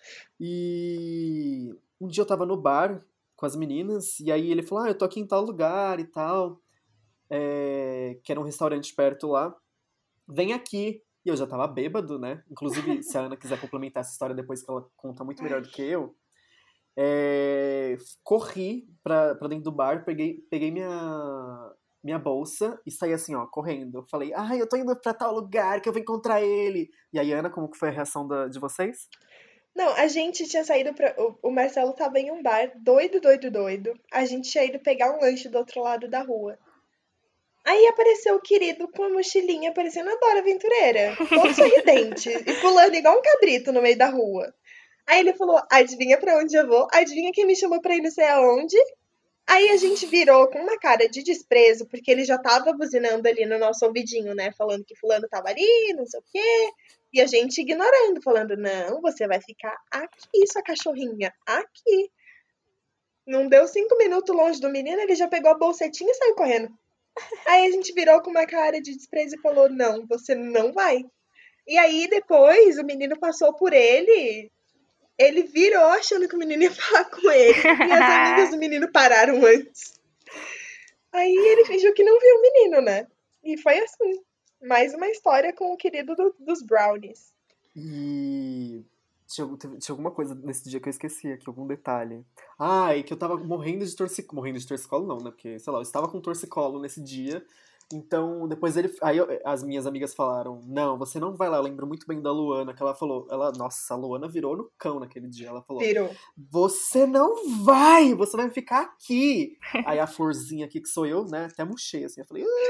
E um dia eu tava no bar com as meninas, e aí ele falou, ah, eu tô aqui em tal lugar e tal. É, que era um restaurante perto lá. Vem aqui. E eu já tava bêbado, né? Inclusive, se a Ana quiser complementar essa história depois, que ela conta muito melhor do que eu. É, corri pra, pra dentro do bar, peguei, peguei minha, minha bolsa e saí assim, ó, correndo. Eu falei, ai, eu tô indo pra tal lugar que eu vou encontrar ele. E aí, Ana, como que foi a reação da, de vocês? não, a gente tinha saído pra. O, o Marcelo tava em um bar, doido, doido, doido. A gente tinha ido pegar um lanche do outro lado da rua. Aí apareceu o querido com a mochilinha parecendo a Dora Aventureira, todo sorridente e pulando igual um cabrito no meio da rua. Aí ele falou, adivinha pra onde eu vou? Adivinha quem me chamou pra ir não sei aonde? Aí a gente virou com uma cara de desprezo, porque ele já tava buzinando ali no nosso ouvidinho, né? Falando que fulano tava ali, não sei o quê. E a gente ignorando, falando, não, você vai ficar aqui, sua cachorrinha, aqui. Não deu cinco minutos longe do menino, ele já pegou a bolsetinha e saiu correndo. Aí a gente virou com uma cara de desprezo e falou, não, você não vai. E aí depois o menino passou por ele, ele virou achando que o menino ia falar com ele. E as amigas do menino pararam antes. Aí ele fingiu que não viu o menino, né? E foi assim. Mais uma história com o querido do- dos brownies. E tinha, algum- teve- tinha alguma coisa nesse dia que eu esqueci aqui, algum detalhe. Ah, e que eu tava morrendo de torcicolo. Morrendo de torcicolo não, né? Porque, sei lá, eu estava com torcicolo nesse dia. Então, depois ele. Aí eu- as minhas amigas falaram: não, você não vai lá. Eu lembro muito bem da Luana, que ela falou. Ela, nossa, a Luana virou no cão naquele dia. Ela falou: Virou. você não vai! Você vai ficar aqui! Aí a florzinha aqui, que sou eu, né? Até murchei assim. Eu falei: "Ah".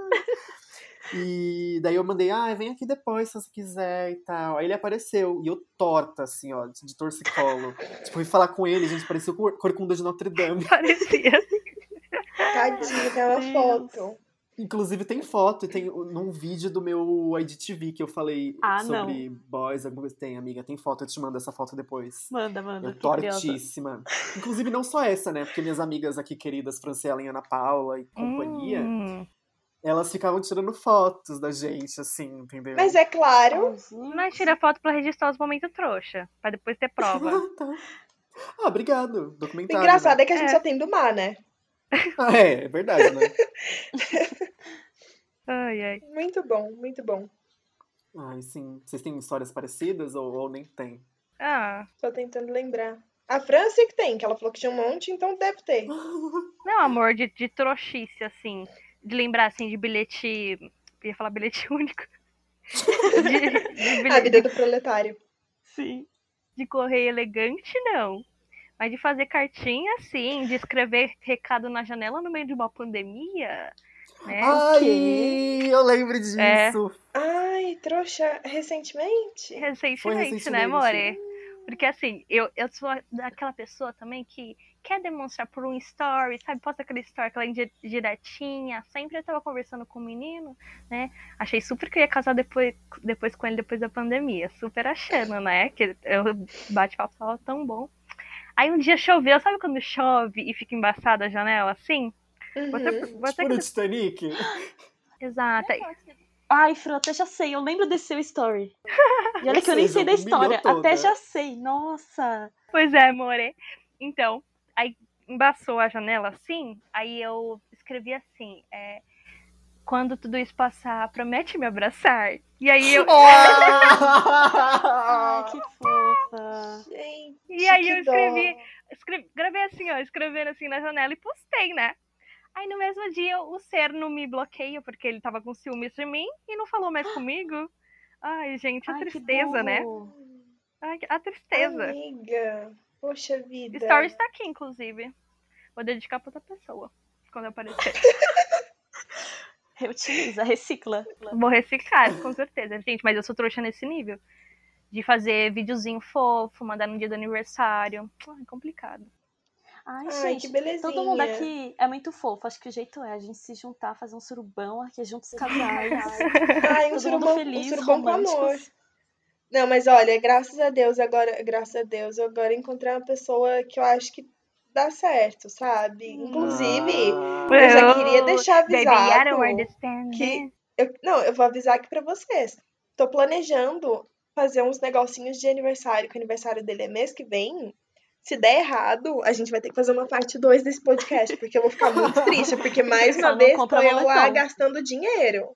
E daí eu mandei, ah, vem aqui depois se você quiser e tal. Aí ele apareceu, e eu torta, assim, ó, de torcicolo. Tipo, fui falar com ele, gente, parecia o Cor- Corcunda de Notre Dame. Parecia. Tadinho, tem uma Deus. foto. Inclusive tem foto, e tem num vídeo do meu I G T V que eu falei Ah, sobre boys, alguma coisa. Tem, amiga, tem foto, eu te mando essa foto depois. Manda, manda. Eu Fiquei curiosa. tortíssima. Inclusive, não só essa, né? Porque minhas amigas aqui queridas, Franciela e Ana Paula e companhia, Hum. elas ficavam tirando fotos da gente, assim, entendeu? Mas é claro. Ai, gente. Mas tira foto pra registrar os momentos trouxa. Pra depois ter prova. Tá. Ah, obrigado. O Documentário, engraçado né? é que a gente É. só tem do mar, né? Ah, é, é verdade, né? Ai, ai. Muito bom, muito bom. Ai, sim. Vocês têm histórias parecidas ou, ou nem tem? Ah. Tô tentando lembrar. A França que tem, que ela falou que tinha um monte, então deve ter. Não, amor, de, de trouxice, assim. De lembrar, assim, de bilhete... Eu ia falar bilhete único. De, de, A bilhete, vida do proletário. Sim. de correio elegante, não. Mas de fazer cartinha, sim. De escrever recado na janela no meio de uma pandemia, né? Ai, quê? eu lembro disso. É. Ai, trouxa, recentemente? Recentemente, Foi né, recentemente. More? Porque assim, eu, eu sou daquela pessoa também que quer demonstrar por um story, sabe? Posta aquele story, aquela indi- diretinha. Sempre eu tava conversando com um menino, né? Achei super que eu ia casar depois, depois com ele, depois da pandemia. Super achando, né? Que eu bate-papo tava tão bom. Aí um dia choveu, sabe quando chove e fica embaçada a janela, assim? Você, Uhum. você Tipo no Titanic. Exato. Ai, Fran, até já sei. Eu lembro desse seu story. E olha Ou que eu nem seja, sei da humilhou história. toda. Até já sei. Nossa. Pois é, more. Então, aí embaçou a janela assim, aí eu escrevi assim, é, quando tudo isso passar, promete me abraçar. E aí eu, Ai, que fofa. Gente, e aí que eu dó. escrevi, escrevi, gravei assim, ó, escrevendo assim na janela e postei, né? Aí no mesmo dia o ser não me bloqueia, porque ele tava com ciúmes de mim e não falou mais comigo. Ai, gente, a Ai, que tristeza, né? burro. Ai, a tristeza. Amiga, poxa vida. Stories tá aqui, inclusive. Vou dedicar pra outra pessoa quando aparecer. Reutiliza, recicla. Vou reciclar, com certeza. Gente, mas eu sou trouxa nesse nível. De fazer videozinho fofo, mandar no dia do aniversário. Ai, complicado. Ai, Ai, gente, que belezinha. todo mundo aqui é muito fofo. Acho que o jeito é a gente se juntar, fazer um surubão aqui junto os casais. Ai, um Todo surubão, mundo feliz, um surubão com românticos. amor. Não, mas olha, graças a Deus, agora, graças a Deus, eu agora encontrei uma pessoa que eu acho que dá certo, sabe? Inclusive, Ah. eu já queria deixar Baby, I don't avisado understand. que... Eu, não, eu vou avisar aqui pra vocês. Tô planejando fazer uns negocinhos de aniversário, que o aniversário dele é mês que vem. Se der errado, a gente vai ter que fazer uma parte dois desse podcast, porque eu vou ficar muito triste, porque mais Só uma não vez compra tô eu lá moletom. gastando dinheiro.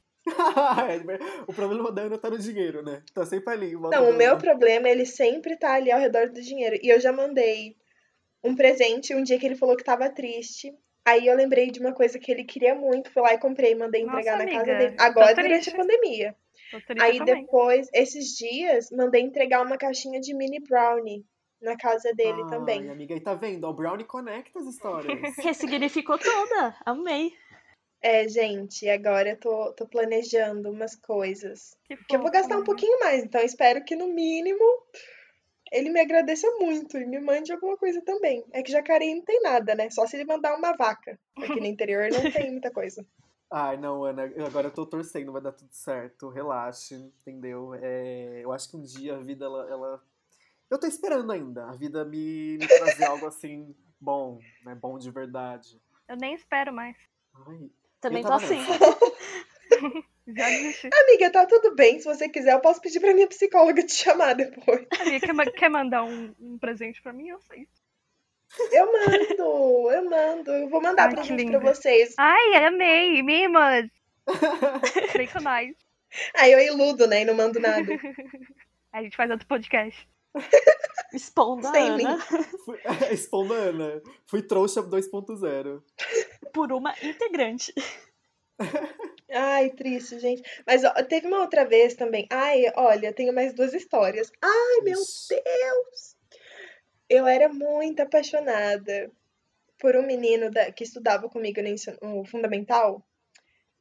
O problema da Ana tá no dinheiro, né? Tá sempre ali. em volta Não, o do- meu problema, ele sempre tá ali ao redor do dinheiro. E eu já mandei um presente um dia que ele falou que tava triste. Aí eu lembrei de uma coisa que ele queria muito, fui lá e comprei, mandei entregar Nossa, na casa amiga, dele. tô Agora, durante triste. a pandemia. Tô triste Aí também. depois, esses dias, mandei entregar uma caixinha de mini brownie na casa dele Ai, também. amiga, e tá vendo? O Brownie conecta as histórias. Ressignificou toda. Amei. É, gente, agora eu tô, tô planejando umas coisas. Que Que eu vou fofo, gastar um amiga. pouquinho mais, então eu espero que no mínimo ele me agradeça muito e me mande alguma coisa também. É que Jacareí não tem nada, né? Só se ele mandar uma vaca. Aqui no interior não tem muita coisa. Ai, não, Ana, eu- agora eu tô torcendo, vai dar tudo certo. Relaxe, entendeu? É, eu acho que um dia a vida, ela, ela- Eu tô esperando ainda a vida me, me trazer algo assim bom, né? Bom de verdade. Eu nem espero mais. Ai, Também eu tô tava assim. nessa. Já desisti. Amiga, tá tudo bem. Se você quiser, eu posso pedir pra minha psicóloga te chamar depois. Amiga, quer, ma- quer mandar um, um presente pra mim? Eu sei. Eu mando, eu mando. Eu vou mandar Ai, que presente pra linda. vocês. Ai, amei. Mimas. Bem com nós. Aí eu iludo, né? E não mando nada. A gente faz outro podcast. Expondo a Sem Ana Fui... Expondo a Ana. Fui trouxa dois ponto zero. por uma integrante. Ai, triste, gente. Mas ó, teve uma outra vez também. Ai, olha, tenho mais duas histórias. Ai, meu Ixi. Deus! Eu era muito apaixonada por um menino da- que estudava comigo no ensino no fundamental.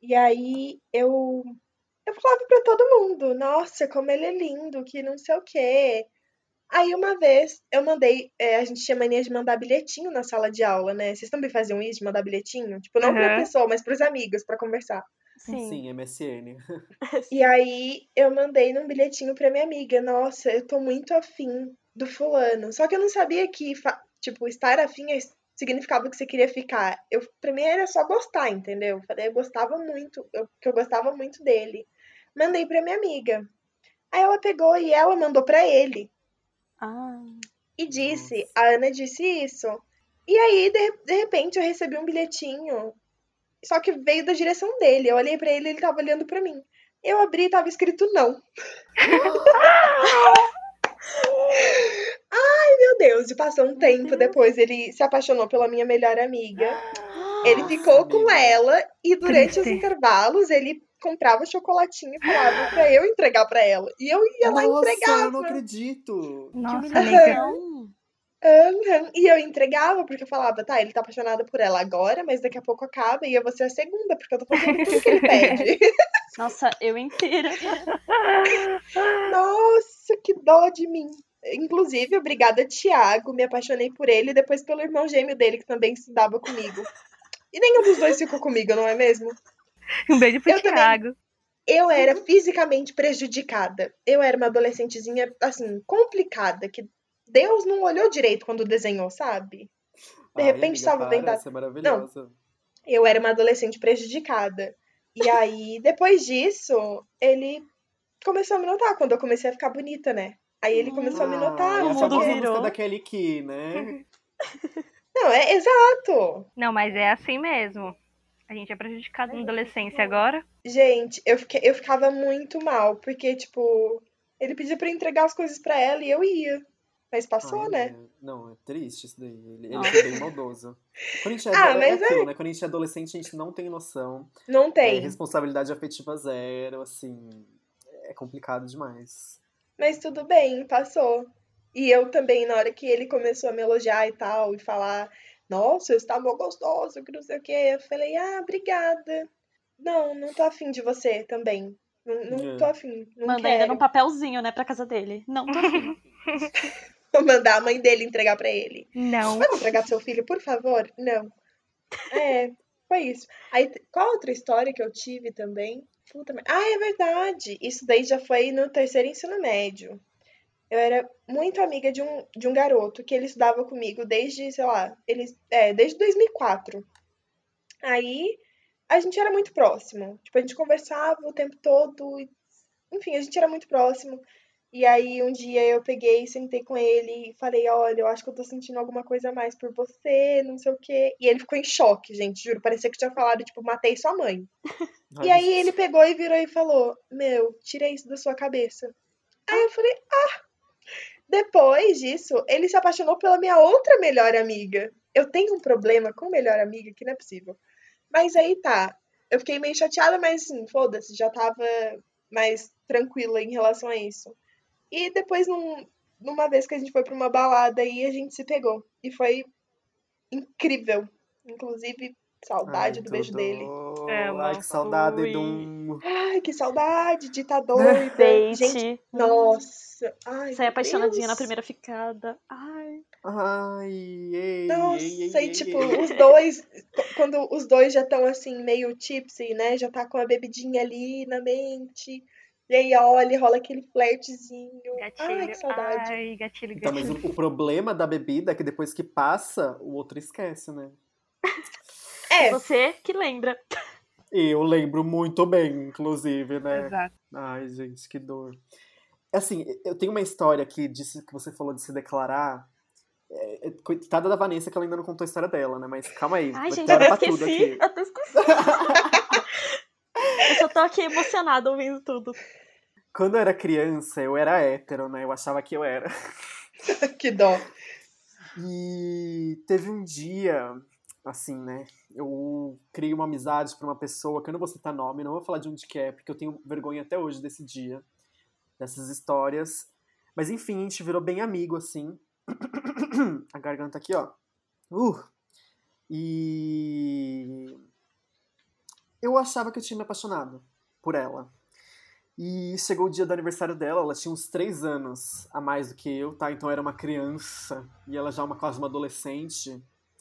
E aí eu, eu falava pra todo mundo, nossa, como ele é lindo, que não sei o quê. Aí uma vez eu mandei, é, a gente tinha mania de mandar bilhetinho na sala de aula, né? Vocês também faziam isso, de mandar bilhetinho? Tipo, não pra Aham. pessoa, mas pros amigos, pra conversar. Sim. Sim, M S N. E Sim. aí eu mandei num bilhetinho pra minha amiga, nossa, eu tô muito afim do fulano. Só que eu não sabia que, fa- tipo, estar afim é- significava que você queria ficar. Eu, pra mim era só gostar, entendeu? Eu falei, eu gostava muito, eu, que eu gostava muito dele. Mandei pra minha amiga. Aí ela pegou e ela mandou pra ele. Ah, E disse, Nossa. a Ana disse isso. E aí, de, de repente, eu recebi um bilhetinho. Só que veio da direção dele. Eu olhei pra ele e ele tava olhando pra mim. Eu abri e tava escrito não. Meu Deus, e passou um meu tempo Deus. depois, ele se apaixonou pela minha melhor amiga. Ele Nossa, ficou com amiga. ela e durante os Triste. intervalos ele comprava chocolatinho e falava pra eu entregar pra ela. E eu ia lá e Nossa, eu não entregava. acredito. Que Nossa, amiga. humilhação. Aham. E eu entregava, porque eu falava, tá, ele tá apaixonado por ela agora, mas daqui a pouco acaba e eu vou ser a segunda, porque eu tô fazendo tudo que ele pede. Nossa, eu inteira. Nossa, que dó de mim. Inclusive, obrigada, Thiago. Me apaixonei por ele e depois pelo irmão gêmeo dele, que também estudava comigo. E nenhum dos dois ficou comigo, não é mesmo? Um beijo pro Eu também. Thiago. Eu era fisicamente prejudicada. Eu era uma adolescentezinha, assim, complicada, que Deus não olhou direito quando desenhou, sabe? De Ai, repente amiga, estava vendo. para, a- você é Não, maravilhosa. eu era uma adolescente prejudicada. E aí, depois disso, ele começou a me notar quando eu comecei a ficar bonita, né? Aí ele começou a me Ah, notar, é O não a sei o mundo famosa quê. música da virou. Kelly Key, né? Não, é exato. Não, mas é assim mesmo. A gente é prejudicado na adolescência agora. Gente, eu, fiquei, eu ficava muito mal, porque, tipo, ele pedia pra eu entregar as coisas pra ela e eu ia. Mas Ai, passou, né? amiga, não, é triste isso daí. Ele, ele Nossa. foi bem maldoso. Quando a gente é, ado- Ah, é mas é, aquilo, né? Quando a gente é adolescente, a gente não tem noção. não É, tem. responsabilidade afetiva zero, assim, é complicado demais. Mas tudo bem, passou. E eu também, na hora que ele começou a me elogiar e tal, e falar, nossa, você tá mó gostoso, que não sei o quê, eu falei, ah, obrigada. Não, não tô afim de você também. Não, não tô É. afim, não Manda ainda num quero. papelzinho, né, pra casa dele. Não tô afim. Vou mandar a mãe dele entregar pra ele. Não. Pode entregar pro seu filho, por favor? Não. É, foi isso. Aí, t- qual outra história que eu tive também? Puta merda. Ah, é verdade. Isso daí já foi no terceiro ensino médio. Eu era muito amiga de um, de um garoto que ele estudava comigo desde, sei lá, ele, é, desde dois mil e quatro. Aí a gente era muito próximo. Tipo, a gente conversava o tempo todo. e- Enfim, a gente era muito próximo. E aí um dia eu peguei, sentei com ele e falei, olha, eu acho que eu tô sentindo alguma coisa a mais por você, não sei o quê. E ele ficou em choque, gente, juro. Parecia que tinha falado, tipo, matei sua mãe. E Ai, aí ele pegou e virou e falou, meu, tira isso da sua cabeça. Aí eu falei, depois disso, ele se apaixonou pela minha outra melhor amiga. Eu tenho um problema com melhor amiga que não é possível. Mas aí tá. Eu fiquei meio chateada, mas assim, foda-se, já tava mais tranquila em relação a isso. E depois, num- numa vez que a gente foi pra uma balada aí, a gente se pegou. E foi incrível. Inclusive, ai, saudade do beijo dele. tudo. Ai, Amo. que saudade de Ui. um. Ai, que saudade de estar doida. Gente, Date. Hum. nossa. Ai, Sair meu apaixonadinha na Deus. primeira ficada. Ai. Ai, ei, ei, Nossa, ei, e ei, tipo, ei. os dois, qu- quando os dois já estão assim, meio tipsy, né? Já tá com a bebidinha ali na mente. E aí olha, e rola aquele flertezinho. Ai, que Gatilho. saudade. Ai, gatilho, Então, mas o, gatilho. o problema da bebida é que depois que passa, o outro esquece, né? E É, você que lembra. E eu lembro muito bem, inclusive, né? Exato. Ai, gente, que dor. Assim, eu tenho uma história que disse que você falou de se declarar. É, é, coitada da Vanessa, que ela ainda não contou a história dela, né? Mas calma aí, Ai, vai gente, ter eu hora até pra tudo esqueci. aqui. Eu até esqueci. Eu só tô aqui emocionada ouvindo tudo. Quando eu era criança, eu era hétero, né? Eu achava que eu era. que dó. E teve um dia, assim, né? Eu criei uma amizade pra uma pessoa, que eu não vou citar nome, não vou falar de onde que é, porque eu tenho vergonha até hoje desse dia, dessas histórias. Mas enfim, a gente virou bem amigo, assim. A garganta aqui, ó. Uh! E eu achava que eu tinha me apaixonado por ela. E chegou o dia do aniversário dela, ela tinha uns três anos a mais do que eu, tá? Então eu era uma criança e ela já uma quase uma adolescente.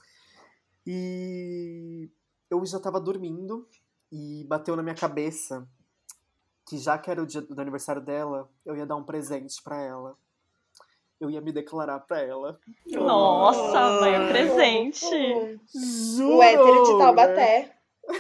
E eu já tava dormindo e bateu na minha cabeça que já que era o dia do aniversário dela, eu ia dar um presente pra ela. Eu ia me declarar pra ela. Nossa, mãe, um presente. Jurou, O hétero de né? Taubaté.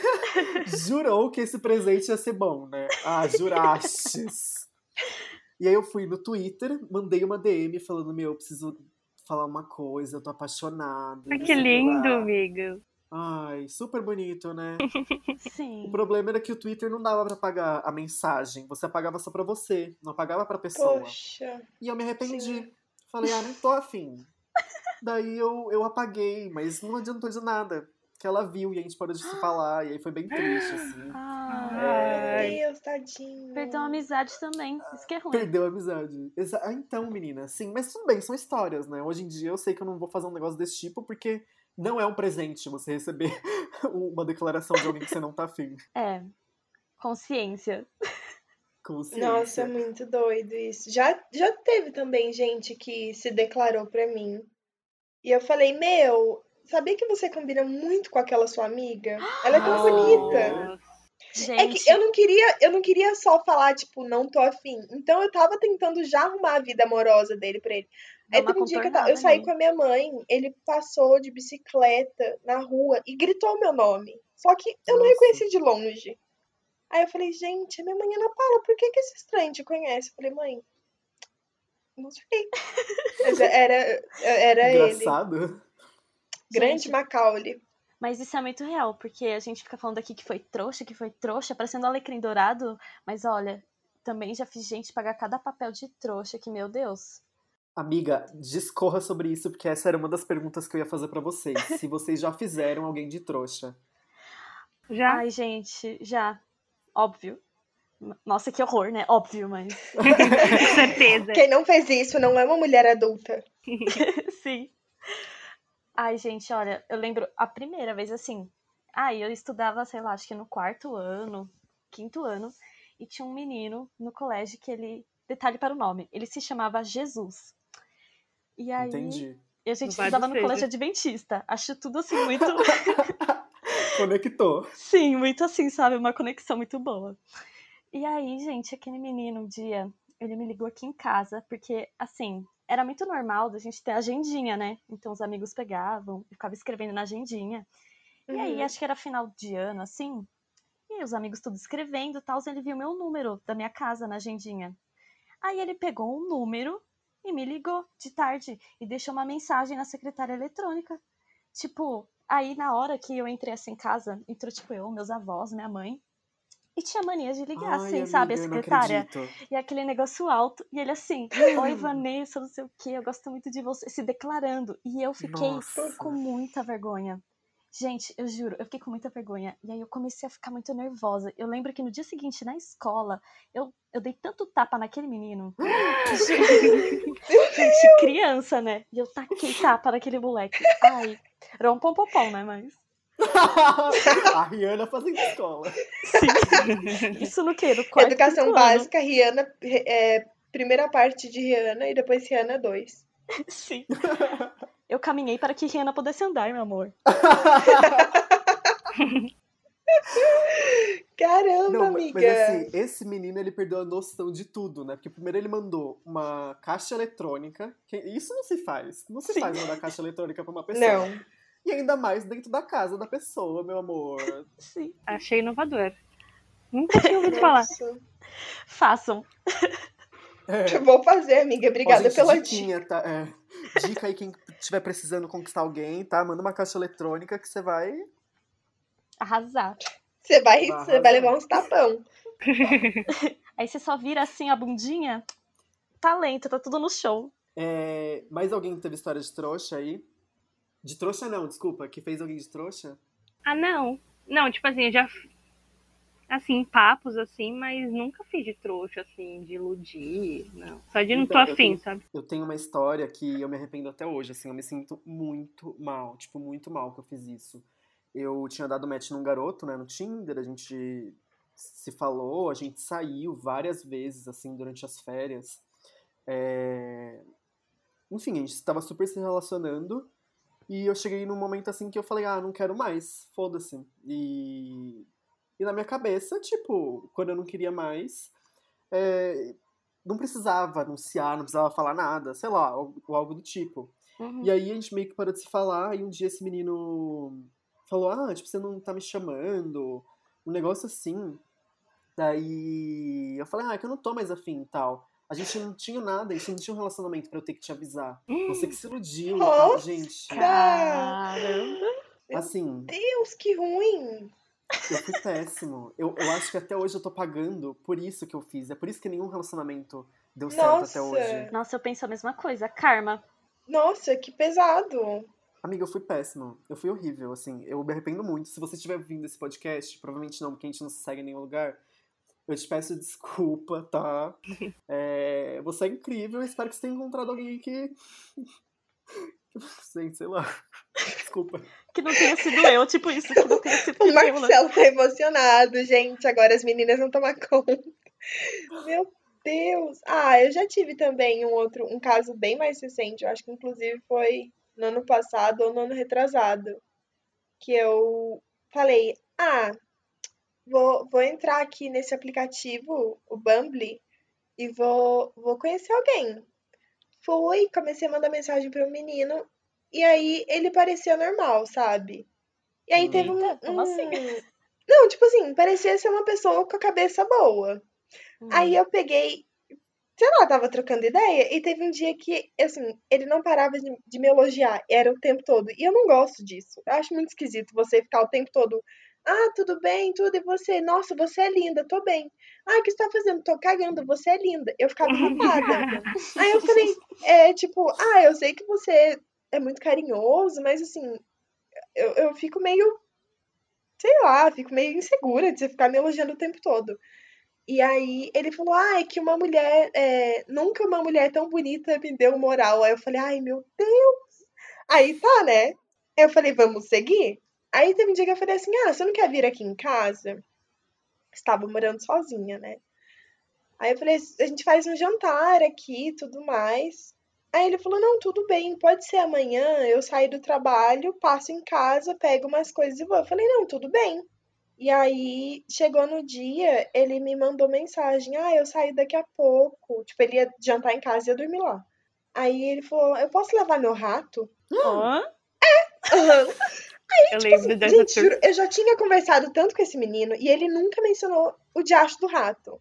Jurou que esse presente ia ser bom, né? Ah, jurastes. E aí eu fui no Twitter, mandei uma D M falando, meu, eu preciso falar uma coisa, eu tô apaixonada. Ai, não que sei o lindo, lá. amigo. Ai, super bonito, né? O Sim. problema era que o Twitter não dava pra apagar a mensagem. Você apagava só pra você, não apagava pra pessoa. Poxa. E eu me arrependi. Sim. Falei, ah, não tô afim. Daí eu, eu apaguei, mas não adiantou de nada. Que ela viu e a gente parou de se falar. E aí foi bem triste, assim. Ah, Ai. Meu Deus, tadinho. perdeu a amizade também. Isso que é ruim. Perdeu a amizade. Exa- ah, então, menina, sim, mas tudo bem, são histórias, né? Hoje em dia eu sei que eu não vou fazer um negócio desse tipo, porque não é um presente você receber uma declaração de alguém que você não tá afim. É. Consciência. Consciência. Nossa, muito doido isso. Já, já teve também gente que se declarou pra mim. E eu falei, meu, sabia que você combina muito com aquela sua amiga? Ela é tão Nossa. bonita. Gente, É que eu não queria, eu não queria só falar, tipo, não tô afim. Então eu tava tentando já arrumar a vida amorosa dele pra ele. dá Aí uma teve um dia que eu, contornada tava, eu saí ali. com a minha mãe, ele passou de bicicleta na rua e gritou meu nome. Só que eu não Nossa. reconheci de longe. Aí eu falei, gente, é minha mãe Ana Paula, por que, que esse estranho te conhece? Eu falei, mãe, não sei. Mas era, era ele. Engraçado. Grande Gente, Macaulay. mas isso é muito real, porque a gente fica falando aqui que foi trouxa, que foi trouxa, parecendo um alecrim dourado, mas olha, também já fiz gente pagar cada papel de trouxa, que meu Deus. Amiga, discorra sobre isso, porque essa era uma das perguntas que eu ia fazer pra vocês. Se vocês já fizeram alguém de trouxa. Já? Ai, gente, já. Óbvio. Nossa, que horror, né? Óbvio, mas. Com certeza. Quem não fez isso não é uma mulher adulta. Sim. Ai, gente, olha, eu lembro a primeira vez assim. Ai, eu estudava, sei lá, acho que no quarto ano, quinto ano, e tinha um menino no colégio que ele. Detalhe para o nome, ele se chamava Jesus. E aí. Entendi. E a gente Louvado estudava no seja. colégio adventista. Acho tudo assim muito. Conectou. Sim, muito assim, sabe? Uma conexão muito boa. E aí, gente, aquele menino um dia, ele me ligou aqui em casa, porque, assim, era muito normal da gente ter agendinha, né? Então os amigos pegavam e ficavam escrevendo na agendinha. E aí, Uhum. acho que era final de ano, assim, e aí os amigos tudo escrevendo e tal, ele viu meu número da minha casa na agendinha. Aí ele pegou um número e me ligou de tarde e deixou uma mensagem na secretária eletrônica. Tipo, aí na hora que eu entrei assim em casa, entrou tipo eu, meus avós, minha mãe, e tinha mania de ligar, Ai, assim, sabe, a amiga, eu não secretária. acredito. E aquele negócio alto. E ele assim, oi, Vanessa, não sei o quê, eu gosto muito de você, se declarando. E eu fiquei Nossa. com muita vergonha. Gente, eu juro, eu fiquei com muita vergonha. E aí eu comecei a ficar muito nervosa. Eu lembro que no dia seguinte, na escola, eu, eu dei tanto tapa naquele menino. Gente, criança, né? E eu taquei tapa naquele moleque. Ai, rompompopom, né, mas... A Rihanna fazendo escola. Sim. Isso no quê? No quarto, Educação quinto básica, Rihanna, é, primeira parte de Rihanna e depois Rihanna dois. ano. Sim. Eu caminhei para que Rihanna pudesse andar, meu amor. Caramba, Não, mas, amiga. mas assim, esse menino ele perdeu a noção de tudo, né? Porque primeiro ele mandou uma caixa eletrônica. Que isso não se faz. Não se Sim. faz mandar caixa eletrônica pra uma pessoa. Não. E ainda mais dentro da casa da pessoa, meu amor. Sim. Achei inovador. Nunca tinha ouvido falar. Nossa. Façam. É. Vou fazer, amiga. Obrigada Ó, gente, pela dica. diquinha, tá? É. Dica aí, quem estiver precisando conquistar alguém, tá? Manda uma caixa eletrônica que você vai. Arrasar. Você vai, Vai você vai arrasar. levar uns tapão. Aí você só vira assim a bundinha. Talento, tá tudo no show. É, mais alguém teve história de trouxa aí? De trouxa não, desculpa. Que fez alguém de trouxa? Ah, não. Não, tipo assim, eu já. Assim, papos assim, mas nunca fiz de trouxa, assim, de iludir. Não. Só de não tô Então, eu afim, tenho- sabe? Eu tenho uma história que eu me arrependo até hoje, assim, eu me sinto muito mal, tipo, muito mal que eu fiz isso. eu tinha dado match num garoto, né, no Tinder, a gente se falou, a gente saiu várias vezes, assim, durante as férias. É... Enfim, a gente estava super se relacionando e eu cheguei num momento, assim, que eu falei, ah, não quero mais, foda-se. E... e na minha cabeça, tipo, quando eu não queria mais, é... não precisava anunciar, não precisava falar nada, sei lá, ou, ou algo do tipo. Uhum. E aí a gente meio que parou de se falar, e um dia esse menino falou, ah, tipo, você não tá me chamando, um negócio assim. Daí eu falei, ah, é que eu não tô mais afim e tal. A gente não tinha nada, a gente não tinha um relacionamento pra eu ter que te avisar. Você que se iludiu, tá? Nossa! Gente, Caramba. Meu assim, Deus, que ruim! eu fui péssimo. Eu, eu acho que até hoje eu tô pagando por isso que eu fiz. É por isso que nenhum relacionamento deu certo até hoje. Nossa! Nossa, eu penso a mesma coisa. Karma. Nossa, que pesado! Amiga, eu fui péssimo. Eu fui horrível, assim. Eu me arrependo muito. Se você estiver ouvindo esse podcast, provavelmente não, porque a gente não se segue em nenhum lugar. Eu te peço desculpa, tá? É, você é incrível. Espero que você tenha encontrado alguém que... Gente, sei lá. Desculpa. Que não tenha sido eu, tipo isso, que não tenha sido O que nem eu, né? Marcelo tá emocionado, gente. Agora as meninas vão tomar conta. Meu Deus! Ah, eu já tive também um outro, um caso bem mais recente. Eu acho que inclusive foi no ano passado ou no ano retrasado. Que eu falei, ah, vou, vou entrar aqui nesse aplicativo, o Bumble, e vou, vou conhecer alguém. Fui, comecei a mandar mensagem para um menino, e aí ele parecia normal, sabe? E aí teve um, Eita, como assim? um- Não, tipo assim, parecia ser uma pessoa com a cabeça boa. Aí Hum. eu peguei, sei lá, tava trocando ideia, e teve um dia que, assim, ele não parava de, de me elogiar, era o tempo todo. E eu não gosto disso. Eu acho muito esquisito você ficar o tempo todo, ah, tudo bem, tudo, e você? Nossa, você é linda, tô bem. Ah, o que você tá fazendo? Tô cagando, você é linda. Eu ficava irritada. Aí eu falei, é, tipo, ah, eu sei que você é muito carinhoso, mas assim, eu, eu fico meio, sei lá, fico meio insegura de você ficar me elogiando o tempo todo. E aí ele falou, ah, é que uma mulher, é, nunca uma mulher tão bonita me deu moral. Aí eu falei, ai, meu Deus. Aí tá, né? Eu falei, vamos seguir? Aí teve um dia que eu falei assim, ah, você não quer vir aqui em casa? Estava morando sozinha, né? Aí eu falei, a gente faz um jantar aqui e tudo mais. Aí ele falou, não, tudo bem, pode ser amanhã, eu saio do trabalho, passo em casa, pego umas coisas e vou. Eu falei, não, tudo bem. E aí, chegou no dia, ele me mandou mensagem, ah, eu saio daqui a pouco. Tipo, ele ia jantar em casa e ia dormir lá. Aí ele falou, eu posso levar meu rato? Hã? Aham. Eu Tipo lembro assim, dessa gente, turma. juro, eu já tinha conversado tanto com esse menino e ele nunca mencionou o diacho do rato.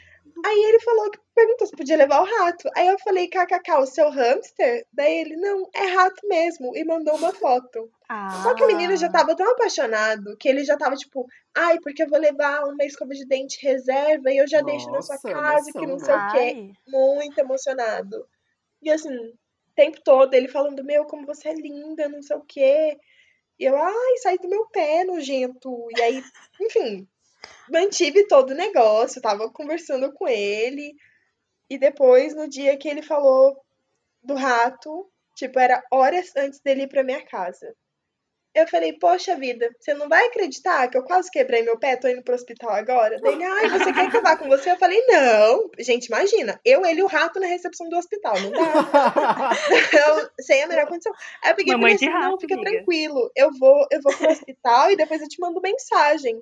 Aí ele falou que perguntou se podia levar o rato. Aí eu falei, kkk, o seu hamster? Daí ele, não, é rato mesmo. E mandou uma foto. Só que o menino já Ah. tava tão apaixonado que ele já tava tipo, ai, porque eu vou levar uma escova de dente reserva e eu já deixo na sua Nossa, casa, que emoção, não sei né? o quê. Ai. Muito emocionado. E assim, o tempo todo ele falando, meu, como você é linda, não sei o quê. E eu, ai, sai do meu pé, nojento. E aí, enfim, mantive todo o negócio, tava conversando com ele. E depois, no dia que ele falou do rato, tipo, era horas antes dele ir pra minha casa. Eu falei, poxa vida, você não vai acreditar que eu quase quebrei meu pé, tô indo pro hospital agora? Daí ele, ai, você quer que eu vá com você? Eu falei, não. Gente, imagina, eu, ele e o rato na recepção do hospital, não dá. Eu, sem a menor condição. Aí eu peguei e falei Mamãe de assim, não, rato, fica amiga. tranquilo, eu vou, eu vou pro hospital e depois eu te mando mensagem.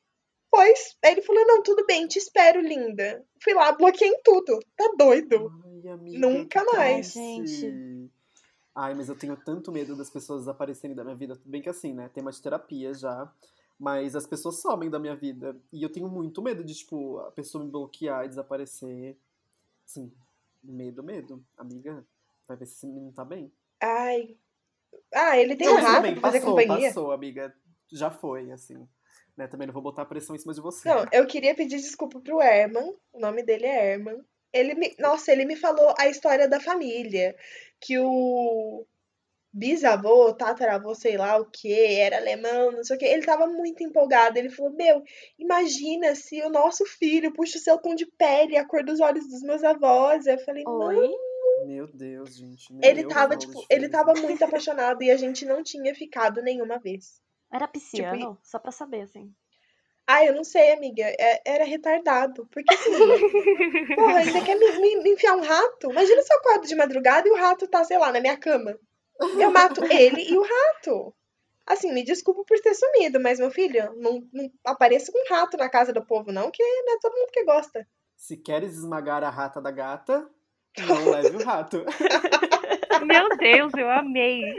Pois, aí ele falou, não, tudo bem, te espero, linda. Fui lá, bloqueei em tudo. Tá doido? Ai, amiga, Nunca que Ai, mais. gente. triste. Ai, mas eu tenho tanto medo das pessoas desaparecerem da minha vida. Tudo bem que assim, né? Tema de terapia já. Mas as pessoas somem da minha vida. E eu tenho muito medo de, tipo, a pessoa me bloquear e desaparecer. Assim, medo, medo. Amiga, vai ver se esse menino tá bem. Ai. Ah, ele tem Não, um mas tudo rato bem, pra fazer passou, companhia? passou, amiga. Já foi, assim. Né? Também não vou botar pressão em cima de você. Não, eu queria pedir desculpa pro Herman. O nome dele é Herman. Ele me, nossa, ele me falou a história da família. Que o bisavô, tataravô, sei lá o que, era alemão, não sei o que. Ele tava muito empolgado. Ele falou: Meu, imagina se o nosso filho puxa o seu tom de pele, a cor dos olhos dos meus avós. Eu falei: Não. Oi? Meu Deus, gente. Nem Ele eu tava, falo tipo, ele diferença. tava muito apaixonado e a gente não tinha ficado nenhuma vez. Era Tipo, pisciano? Só pra saber, assim. ai, eu não sei, amiga. é- Era retardado. Porque assim, porra, ainda quer me, me- me enfiar um rato? Imagina se eu acordo de madrugada e o rato tá, sei lá, na minha cama. Eu mato ele e o rato. Assim, me desculpa por ter sumido, mas meu filho, não, não apareça com um rato na casa do povo, não, que não é todo mundo que gosta. Se queres esmagar a rata da gata, não leve o rato. Meu Deus, eu amei.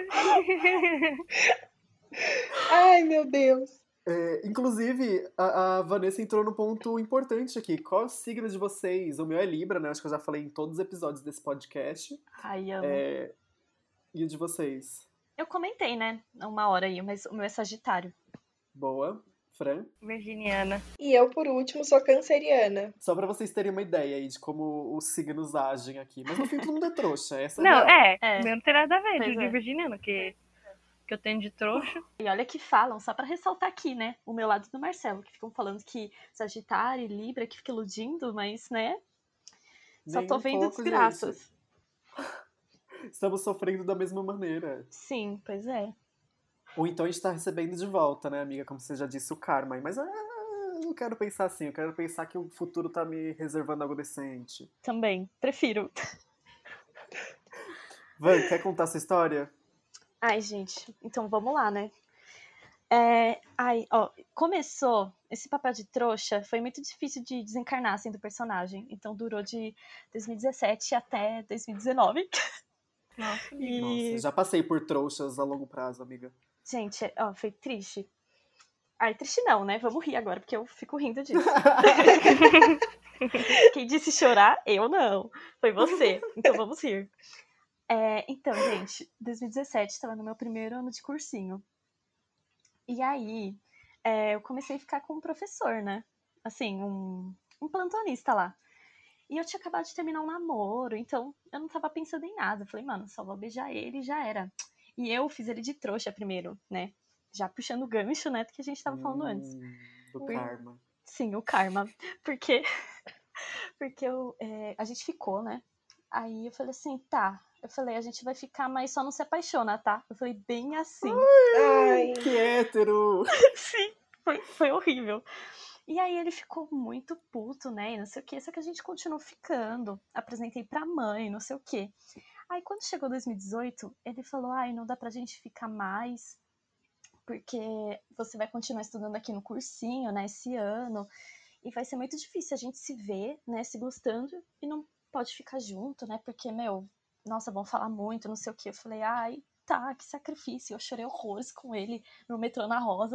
Ai, meu Deus. É, inclusive, a, a Vanessa entrou num ponto importante aqui. Qual é o signo de vocês? O meu é Libra, né? Acho que eu já falei em todos os episódios desse podcast. Ai, amo. É, e o de vocês? Eu comentei, né? Uma hora aí, mas o meu é Sagitário. Boa. Fran? Virginiana. E eu, por último, sou canceriana. Só pra vocês terem uma ideia aí de como os signos agem aqui. Mas no fim todo mundo é trouxa, essa é a Não, real. é, É. o meu não tem nada a ver Pois de, de é. virginiano, que, que eu tenho de trouxa. E olha que falam, só pra ressaltar aqui, né? O meu lado do Marcelo, que ficam falando que Sagitário e Libra que fica iludindo, mas, né? Só Nem tô um vendo pouco, desgraças. gente. Estamos sofrendo da mesma maneira. Sim, pois é. Ou então a gente tá recebendo de volta, né, amiga? Como você já disse, o karma. Mas ah, eu não quero pensar assim. Eu quero pensar que o futuro tá me reservando algo decente. Também. Prefiro. Van, quer contar sua história? Ai, gente. Então vamos lá, né? É, ai, ó, começou esse papel de trouxa, foi muito difícil de desencarnar assim do personagem. Então durou de dois mil e dezessete até dois mil e dezenove. Nossa, amiga. E, Nossa, já passei por trouxas a longo prazo, amiga. gente, ó, foi triste. Ai, triste não, né? Vamos rir agora, porque eu fico rindo disso. Quem disse chorar? Eu não. Foi você. Então vamos rir. É, então, gente, dois mil e dezessete, estava no meu primeiro ano de cursinho. E aí, é, eu comecei a ficar com um professor, né? Assim, um, um plantonista lá. E eu tinha acabado de terminar um namoro, então eu não tava pensando em nada. Eu falei, mano, só vou beijar ele e já era. E eu fiz ele de trouxa primeiro, né? Já puxando o gancho, né, do que a gente tava falando antes. Hum, do Por- karma. Sim, o karma. Porque, porque eu, é, a gente ficou, né? Aí eu falei assim, tá. Eu falei, a gente vai ficar, mas só não se apaixona, tá? Eu falei, bem assim. Ai, Que hétero! Sim, foi, foi horrível. E aí ele ficou muito puto, né? E não sei o que. Só que a gente continuou ficando. Apresentei pra mãe, não sei o que. Aí quando chegou dois mil e dezoito, ele falou: ai, não dá pra gente ficar mais, porque você vai continuar estudando aqui no cursinho, né, esse ano. E vai ser muito difícil a gente se ver, né, se gostando e não pode ficar junto, né? Porque, meu, nossa, vão falar muito, não sei o que. Eu falei: ai, tá, que sacrifício. Eu chorei horrores com ele no metrô na Rosa.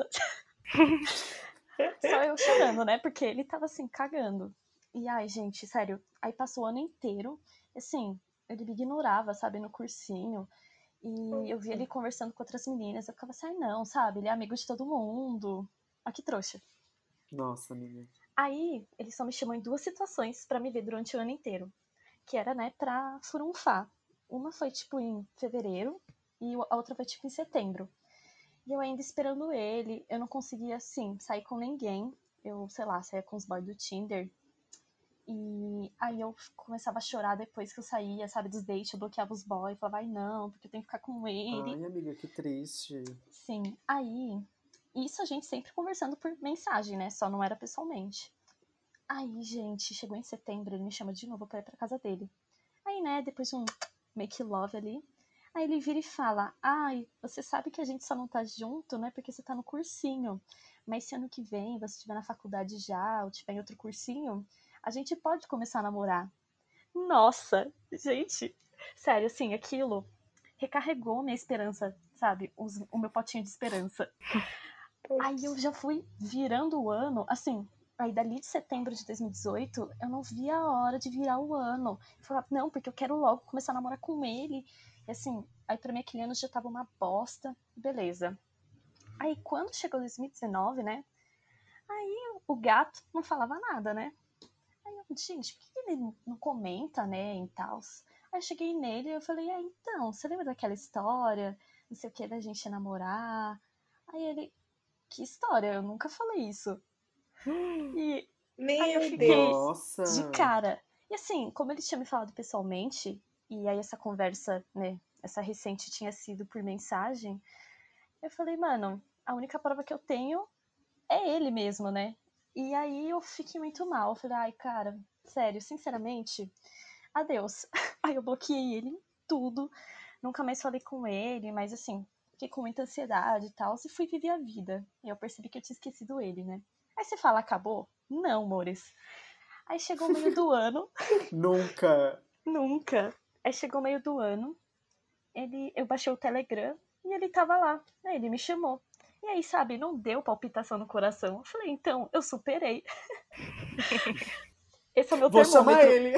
Só eu chorando, né? Porque ele tava assim, cagando. E ai, gente, sério, aí passou o ano inteiro, assim, ele me ignorava, sabe, no cursinho. E eu via ele conversando com outras meninas. Eu ficava assim, ai não, sabe? Ele é amigo de todo mundo. Ah, que trouxa. Nossa, amiga. Aí, ele só me chamou em duas situações pra me ver durante o ano inteiro. Que era, né, pra furunfar. Uma foi, tipo, em fevereiro e a outra foi, tipo, em setembro. E eu ainda esperando ele, eu não conseguia, assim, sair com ninguém. Eu, sei lá, saía com os boys do Tinder. E aí eu começava a chorar depois que eu saía, sabe, dos dates. Eu bloqueava os boys, falava, ai não, porque eu tenho que ficar com ele. Ai, amiga, que triste. Sim, aí, isso a gente sempre conversando por mensagem, né? Só não era pessoalmente. Aí, gente, chegou em setembro, ele me chama de novo pra ir pra casa dele. Aí, né, depois de um make love ali, aí ele vira e fala, ai, você sabe que a gente só não tá junto, né, porque você tá no cursinho. Mas se ano que vem você estiver na faculdade já, ou tiver em outro cursinho, a gente pode começar a namorar. Nossa, gente, sério, assim, aquilo recarregou minha esperança, sabe? Os- o meu potinho de esperança. Aí eu já fui virando o ano, assim, aí dali de setembro de dois mil e dezoito, eu não via a hora de virar o ano. Eu falava, não, porque eu quero logo começar a namorar com ele. E assim, aí pra mim aquele ano já tava uma bosta, beleza. Aí quando chegou dois mil e dezenove, né, aí o gato não falava nada, né. Aí eu, gente, por que ele não comenta, né, em tal? Aí eu cheguei nele e eu falei, ah, então, você lembra daquela história, não sei o que, da gente namorar? Aí ele, que história? Eu nunca falei isso. E aí eu meu fiquei Deus. Nossa. de cara. E assim, como ele tinha me falado pessoalmente, e aí essa conversa, né, essa recente tinha sido por mensagem, eu falei, mano, a única prova que eu tenho é ele mesmo, né? E aí eu fiquei muito mal. Eu falei, ai, cara, sério, sinceramente, adeus. Aí eu bloqueei ele em tudo. Nunca mais falei com ele, mas assim, fiquei com muita ansiedade e tal. E fui viver a vida. E eu percebi que eu tinha esquecido ele, né? Aí você fala, acabou? Não, amores. Aí chegou o meio do ano. Nunca. Nunca. Aí chegou o meio do ano. Ele, eu baixei o Telegram e ele tava lá. Aí ele me chamou. E aí, sabe, não deu palpitação no coração. Eu falei, então, eu superei. Esse é o meu Vou termômetro. chamar ele.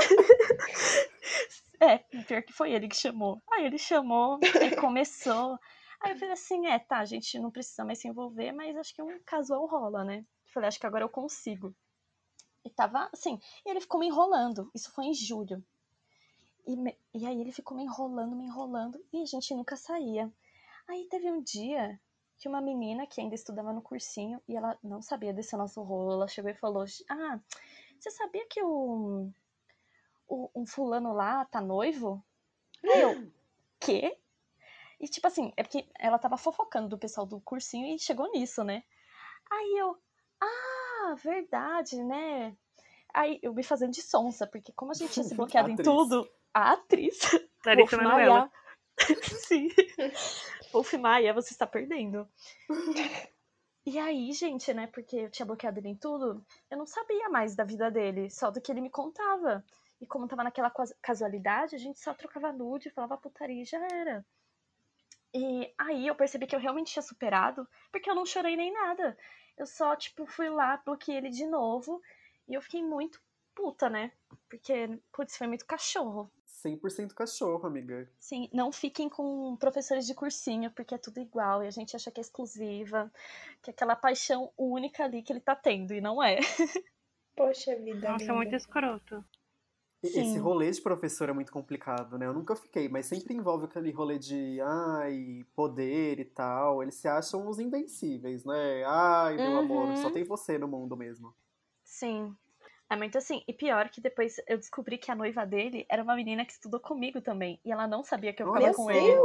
É, pior que foi ele que chamou. Aí ele chamou, aí começou. Aí eu falei assim, é, tá, a gente não precisa mais se envolver, mas acho que um casual rola, né? Eu falei, acho que agora eu consigo. E tava, assim, e ele ficou me enrolando. Isso foi em julho. E, me, e aí ele ficou me enrolando, me enrolando, e a gente nunca saía. Aí teve um dia que uma menina que ainda estudava no cursinho, e ela não sabia desse nosso rolo, ela chegou e falou, ah, você sabia que o, o um fulano lá tá noivo? Aí eu, quê? E tipo assim, é porque ela tava fofocando do pessoal do cursinho e chegou nisso, né? Aí eu, ah, verdade, né? Aí eu me fazendo de sonsa, porque como a gente tinha se bloqueado em tudo, a atriz, Wolf Larissa Manoela. Maia, sim, Wolf Maia, você está perdendo. E aí, gente, né, porque eu tinha bloqueado ele em tudo, eu não sabia mais da vida dele, só do que ele me contava. E como tava naquela casualidade, a gente só trocava nude, falava putaria e já era. E aí eu percebi que eu realmente tinha superado, porque eu não chorei nem nada. Eu só, tipo, fui lá, bloqueei ele de novo, e eu fiquei muito puta, né? Porque, putz, foi muito cachorro. cem por cento cachorro, amiga. Sim, não fiquem com professores de cursinho, porque é tudo igual, e a gente acha que é exclusiva, que é aquela paixão única ali que ele tá tendo, e não é. Poxa vida, Nossa, é amiga. muito escroto. Esse Sim. rolê de professor é muito complicado, né? Eu nunca fiquei, mas sempre envolve aquele rolê de, ai, poder e tal. Eles se acham os invencíveis, né? Ai, meu amor, só Uhum. tem você no mundo mesmo. Sim. É muito assim. E pior que depois eu descobri que a noiva dele era uma menina que estudou comigo também. E ela não sabia que eu ficava Olha com só! ele.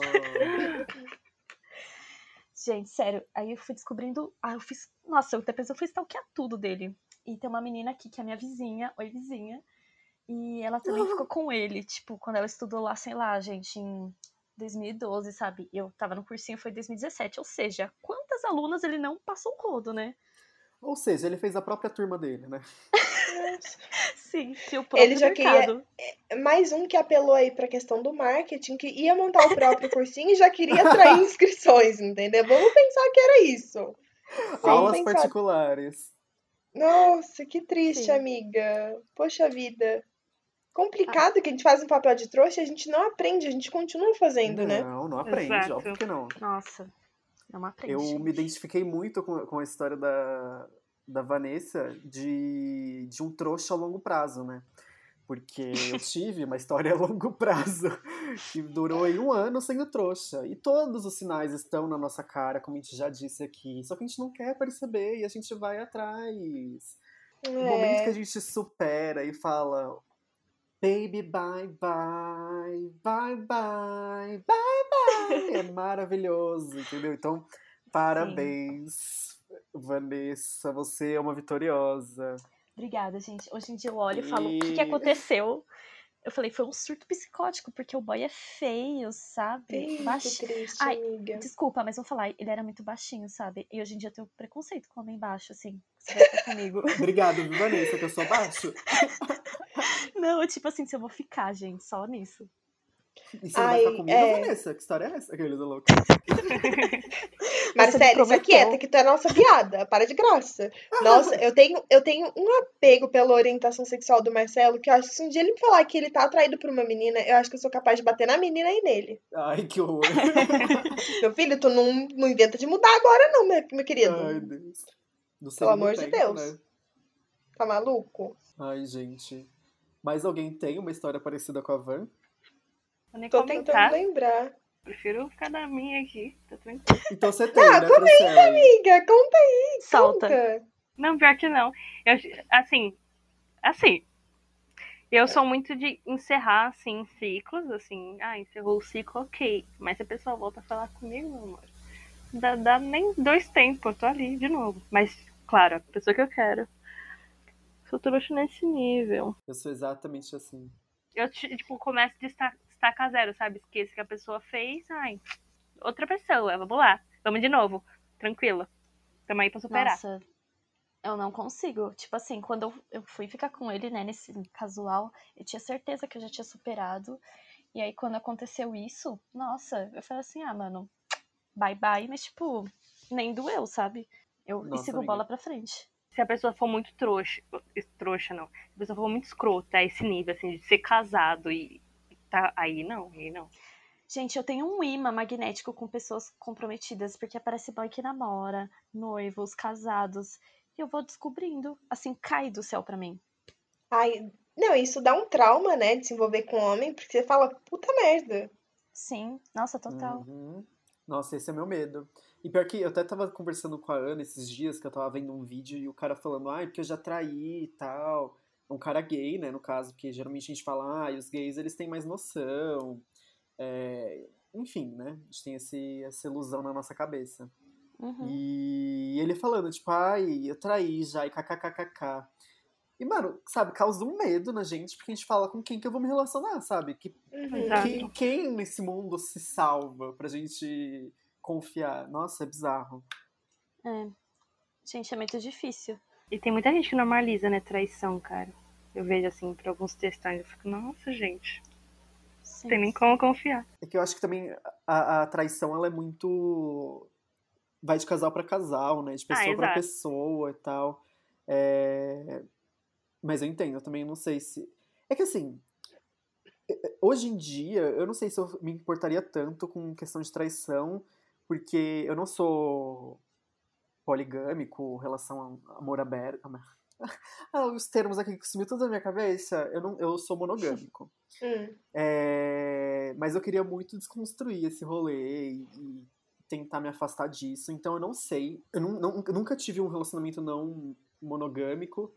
Gente, sério. Aí eu fui descobrindo. Ah, eu fiz. Nossa, eu, depois eu fui stalkear tudo dele. E tem uma menina aqui que é minha vizinha. Oi, vizinha. E ela também ficou com ele. Tipo, quando ela estudou lá, sei lá, gente, em dois mil e doze, sabe? E eu tava no cursinho, foi em dois mil e dezessete. Ou seja, quantas alunas ele não passou o rodo, né? Ou seja, ele fez a própria turma dele, né? Nossa. Sim, que o próprio Ele já mercado. queria. Mais um que apelou aí pra questão do marketing, que ia montar o próprio cursinho e já queria atrair inscrições, entendeu? Vamos pensar que era isso. Vamos Aulas pensar. particulares. Nossa, que triste, Sim. amiga. Poxa vida. Complicado que a gente faz um papel de trouxa e a gente não aprende, a gente continua fazendo, né? Não, não aprende, Exato. óbvio que não. Nossa, não aprende, Eu gente. me identifiquei muito com, com a história da, da Vanessa de, de um trouxa a longo prazo, né? Porque eu tive uma história a longo prazo que durou aí um ano sendo trouxa. E todos os sinais estão na nossa cara, como a gente já disse aqui. Só que a gente não quer perceber e a gente vai atrás. É. O momento que a gente supera e fala: baby, bye, bye, bye, bye, bye, bye. É maravilhoso, entendeu? Então, parabéns, Vanessa. Você é uma vitoriosa. Obrigada, gente. Hoje em dia eu olho e falo, o E... que, que aconteceu? Eu falei, foi um surto psicótico, porque o boy é feio, sabe? Ih, que Baixo. triste, Ai, amiga. desculpa, mas vou falar, ele era muito baixinho, sabe? E hoje em dia eu tenho preconceito com homem baixo, assim. Você vai ficar comigo. Obrigado, viu, Vanessa, que eu sou baixo. Não, tipo assim, se eu vou ficar, gente, só nisso. E você não vai Ai, ficar comigo, é. Vanessa? Que história é essa? Aqueles loucos. Marcele, prometeu. fica quieta, que tu é nossa viada. Para de graça. Nossa, eu tenho, eu tenho um apego pela orientação sexual do Marcelo, que eu acho que se um dia ele me falar que ele tá atraído por uma menina, eu acho que eu sou capaz de bater na menina e nele. Ai, que horror. Meu filho, tu não, não inventa de mudar agora não, meu, meu querido. Ai, Deus. No Pelo segundo amor de tempo, Deus. né? Tá maluco? Ai, gente. Mais alguém tem uma história parecida com a Van? Vou nem Tô comentar. tentando lembrar. Prefiro ficar na minha aqui. Tá tranquilo. Então você tem, Ah, né, Franciele? Amiga, conta aí, Salta. conta. Não, pior que não. Eu, assim, assim, eu sou muito de encerrar, assim, ciclos, assim, ah, encerrou o ciclo, ok. Mas se a pessoa volta a falar comigo, meu amor, dá, dá nem dois tempos, eu tô ali de novo. Mas, claro, a pessoa que eu quero. Sou trouxa nesse nível. Eu sou exatamente assim. Eu, tipo, começo de estacar zero, sabe? Esqueço que a pessoa fez. Ai, outra pessoa, vamos lá. Vamos de novo. Tranquilo. Tamo aí pra superar. Nossa, eu não consigo. Tipo assim, quando eu, eu fui ficar com ele, né, nesse casual, eu tinha certeza que eu já tinha superado. E aí, quando aconteceu isso, nossa, eu falei assim, ah, mano, bye bye. Mas, tipo, nem doeu, sabe? Eu Nossa, e sigo amiga. bola pra frente. Se a pessoa for muito trouxa, trouxa não, se a pessoa for muito escrota a esse nível, assim, de ser casado e tá, aí não, aí não. Gente, eu tenho um imã magnético com pessoas comprometidas, porque aparece boy que namora, noivos, casados, e eu vou descobrindo, assim, cai do céu pra mim. Ai, não, isso dá um trauma, né, de se envolver com homem, porque você fala, puta merda. Sim, nossa, total. Uhum. Nossa, esse é meu medo. E pior que eu até tava conversando com a Ana esses dias, que eu tava vendo um vídeo e o cara falando, ai, porque eu já traí e tal. Um cara gay, né, no caso, porque geralmente a gente fala, ah, os gays eles têm mais noção. É, enfim, né, a gente tem esse, essa ilusão na nossa cabeça. Uhum. E ele falando, tipo, ai, eu traí já, e kkkk. E, mano, sabe, causa um medo na gente, porque a gente fala com quem que eu vou me relacionar, sabe? Que, Uhum. que, quem nesse mundo se salva pra gente confiar? Nossa, é bizarro. É. Gente, é muito difícil. E tem muita gente que normaliza, né, traição, cara. Eu vejo, assim, por alguns textos, eu fico, nossa, gente, Sim. não tem nem como confiar. É que eu acho que também a, a traição, ela é muito... vai de casal pra casal, né? De pessoa Ah, pra exato. pessoa e tal. É... Mas eu entendo, eu também não sei se... É que assim, hoje em dia, eu não sei se eu me importaria tanto com questão de traição, porque eu não sou poligâmico, relação a amor aberto. Ah, os termos aqui que sumiu tudo da minha cabeça, eu, não, eu sou monogâmico. Hum. É, mas eu queria muito desconstruir esse rolê e, e tentar me afastar disso, então eu não sei. Eu, não, não, eu nunca tive um relacionamento não monogâmico,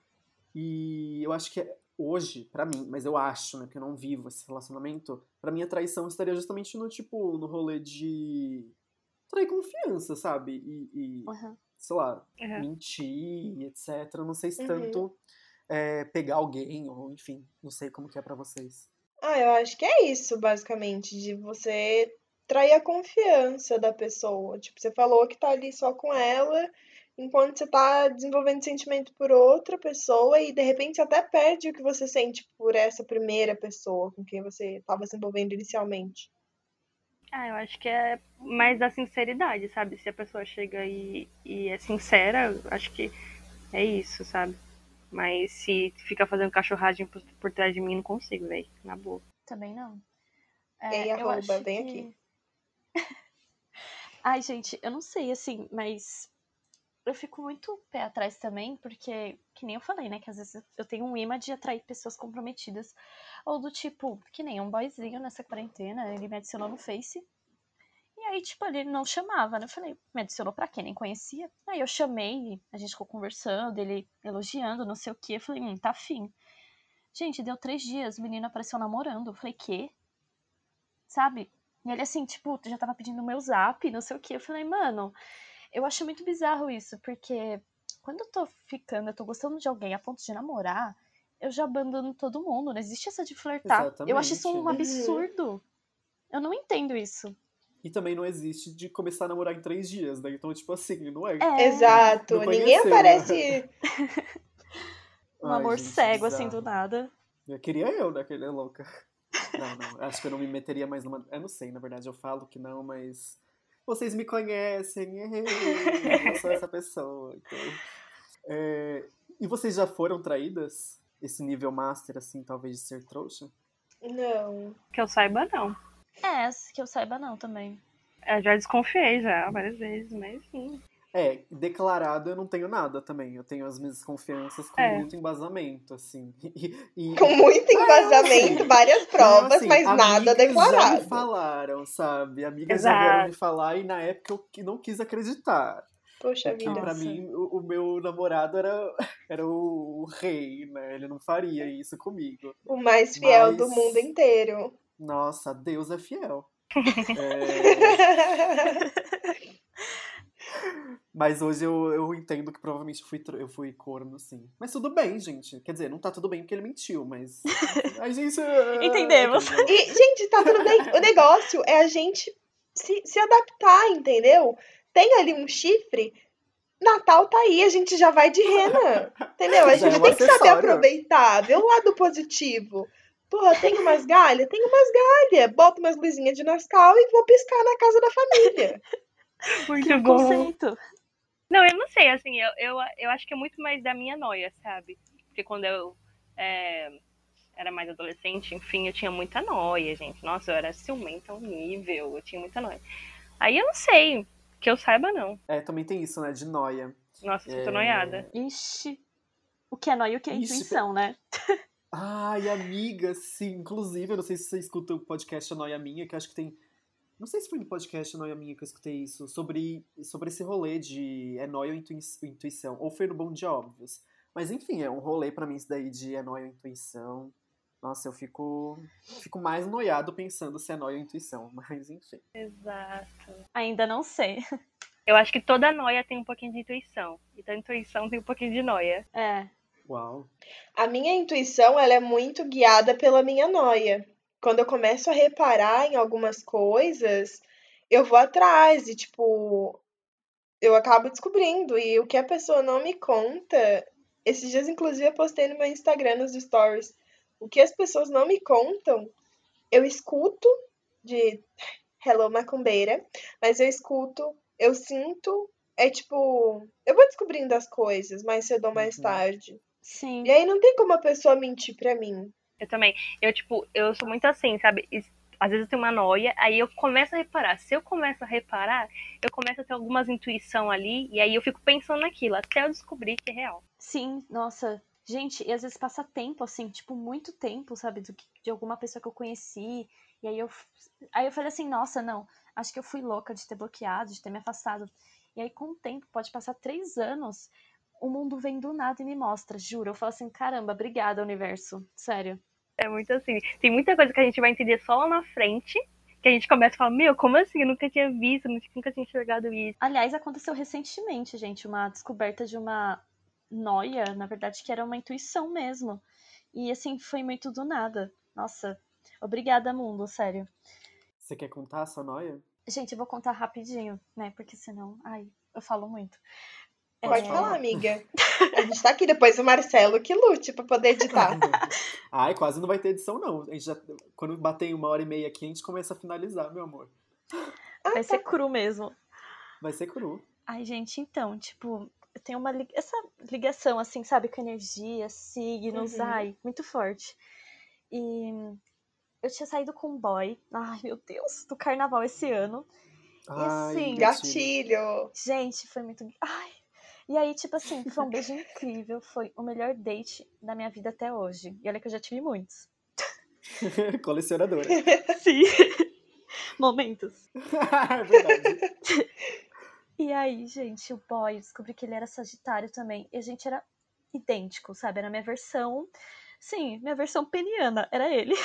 e eu acho que hoje, pra mim, mas eu acho, né, porque eu não vivo esse relacionamento, pra mim a traição estaria justamente no, tipo, no rolê de trair confiança, sabe? E, e Uhum. sei lá, Uhum. mentir, etcétera. Eu não sei se Uhum. tanto é, pegar alguém, ou enfim, não sei como que é pra vocês. Ah, eu acho que é isso, basicamente, de você trair a confiança da pessoa. Tipo, você falou que tá ali só com ela, enquanto você tá desenvolvendo sentimento por outra pessoa e de repente você até perde o que você sente por essa primeira pessoa com quem você tava se envolvendo inicialmente. Ah, eu acho que é mais a sinceridade, sabe? Se a pessoa chega e, e é sincera, eu acho que é isso, sabe? Mas se fica fazendo cachorragem por, por trás de mim, não consigo, velho. Na boa. Também não. Ei, É, eu arroba, acho vem que... aqui. Ai, gente, eu não sei, assim, mas eu fico muito pé atrás também, porque, que nem eu falei, né, que às vezes eu tenho um imã de atrair pessoas comprometidas, ou do tipo, que nem um boyzinho nessa quarentena, ele me adicionou no Face, e aí, tipo, ele não chamava, né, eu falei, me adicionou pra quê? Nem conhecia. Aí eu chamei, a gente ficou conversando, ele elogiando, não sei o quê, eu falei, hum, tá afim. Gente, deu três dias, o menino apareceu namorando, eu falei, quê? Sabe? E ele assim, tipo, já tava pedindo o meu zap, não sei o quê, eu falei, mano... Eu acho muito bizarro isso, porque quando eu tô ficando, eu tô gostando de alguém a ponto de namorar, eu já abandono todo mundo, não existe essa de flertar. Exatamente. Eu acho isso um Uhum. absurdo. Eu não entendo isso. E também não existe de começar a namorar em três dias, né? Então, tipo assim, não é... É, Exato, não ninguém conheceu, aparece. um Ai, amor gente, cego, assim, do bizarro. nada. Eu queria eu, né? Aquele é louca. Não, não. Acho que eu não me meteria mais numa... Eu não sei, na verdade. Eu falo que não, mas... Vocês me conhecem. Eu sou essa pessoa. Então... É... E vocês já foram traídas? Esse nível master, assim, talvez de ser trouxa? Não. Que eu saiba, não. É, que eu saiba não também. Eu já desconfiei já várias vezes, mas sim. É, declarado eu não tenho nada também. Eu tenho as minhas desconfianças com É. muito embasamento, assim. E, e- Com muito embasamento, várias provas, Não, assim, mas nada amigas já me declarado. falaram, sabe? Amigas já vieram Exato. me falar e na época eu que- não quis acreditar. Poxa Porque vida. pra Nossa. mim o, o meu namorado era, era o, o rei, né? Ele não faria isso comigo. O mais fiel Mas, do mundo inteiro. nossa, Deus é fiel. É, Mas hoje eu, eu entendo que provavelmente eu fui, tro- eu fui corno, sim. Mas tudo bem, gente. Quer dizer, não tá tudo bem porque ele mentiu, mas. A gente. ah, Entendemos. aqueles, né? E, gente, tá tudo bem. O negócio é a gente se, se adaptar, entendeu? Tem ali um chifre, Natal tá aí, a gente já vai de rena, entendeu? A Já é gente um tem que saber acessório. aproveitar, ver o lado positivo. Porra, tem umas galhas? Tem umas galhas. Bota umas luzinhas de Nescau e vou piscar na casa da família. Muito Que bom. conceito. Não, eu não sei, assim, eu, eu, eu acho que é muito mais da minha noia, sabe? Porque quando eu é, era mais adolescente, enfim, eu tinha muita noia, gente. Nossa, eu era ciumenta ao nível, eu tinha muita noia. Aí eu não sei, que eu saiba não. É, também tem isso, né? De noia. Nossa, eu É... tô noiada. Ixi. O que é nóia e o que é Ixi, intuição, né? Ai, amiga, sim. Inclusive, eu não sei se você escuta o podcast A Noia Minha, que eu acho que tem. Não sei se foi no podcast A Noia Minha que eu escutei isso, sobre, sobre esse rolê de é nóia ou intui- intuição. Ou foi no Bom Dia Óbvios. Mas enfim, é um rolê pra mim isso daí de é nóia ou intuição. Nossa, eu fico, fico mais noiado pensando se é nóia ou intuição. Mas enfim. Exato. Ainda não sei. Eu acho que toda noia tem um pouquinho de intuição. E toda intuição tem um pouquinho de noia. É. Uau. A minha intuição, ela é muito guiada pela minha noia. Quando eu começo a reparar em algumas coisas, eu vou atrás e, tipo, eu acabo descobrindo. E o que a pessoa não me conta, esses dias, inclusive, eu postei no meu Instagram, nos stories. O que as pessoas não me contam, eu escuto de Hello Macumbeira, mas eu escuto, eu sinto, é tipo, eu vou descobrindo as coisas mais cedo ou mais Uhum. tarde. Sim. E aí não tem como a pessoa mentir pra mim. Eu também. Eu, tipo, eu sou muito assim, sabe? E, às vezes eu tenho uma noia, aí eu começo a reparar. Se eu começo a reparar, eu começo a ter algumas intuição ali, e aí eu fico pensando naquilo, até eu descobrir que é real. Sim, nossa. Gente, e às vezes passa tempo, assim, tipo, muito tempo, sabe, do que, de alguma pessoa que eu conheci. E aí eu, aí eu falei assim, nossa, não, acho que eu fui louca de ter bloqueado, de ter me afastado. E aí, com o tempo, pode passar três anos, o mundo vem do nada e me mostra, juro. Eu falo assim, caramba, obrigada, universo. Sério. É muito assim. Tem muita coisa que a gente vai entender só lá na frente, que a gente começa a falar, meu, como assim? Eu nunca tinha visto, nunca tinha enxergado isso. Aliás, aconteceu recentemente, gente, uma descoberta de uma noia, na verdade, que era uma intuição mesmo. E assim, foi muito do nada. Nossa, obrigada, mundo, sério. Você quer contar a sua noia? Gente, eu vou contar rapidinho, né? Porque senão, ai, eu falo muito. Pode Pode É, falar, falar. amiga. A gente tá aqui depois o Marcelo que lute pra poder editar. Ai, quase não vai ter edição, não. A gente já, quando bater em uma hora e meia aqui, a gente começa a finalizar, meu amor. Ah, vai ser tá. cru mesmo. Vai ser cru. Ai, gente, então, tipo, eu tenho uma li- essa ligação, assim, sabe, com energia, signos, Uhum. ai, muito forte. E eu tinha saído com um boy, ai, meu Deus, do carnaval esse ano. E Ai, assim, gatilho. Gatilho. gente, foi muito. Ai. E aí, tipo assim, foi um beijo incrível. Foi o melhor date da minha vida até hoje. E olha que eu já tive muitos. Colecionadora. Sim. Momentos. É verdade. E aí, gente, o boy, eu descobri que ele era sagitário também. E a gente era idêntico, sabe? Era a minha versão. Sim, minha versão peniana. Era ele.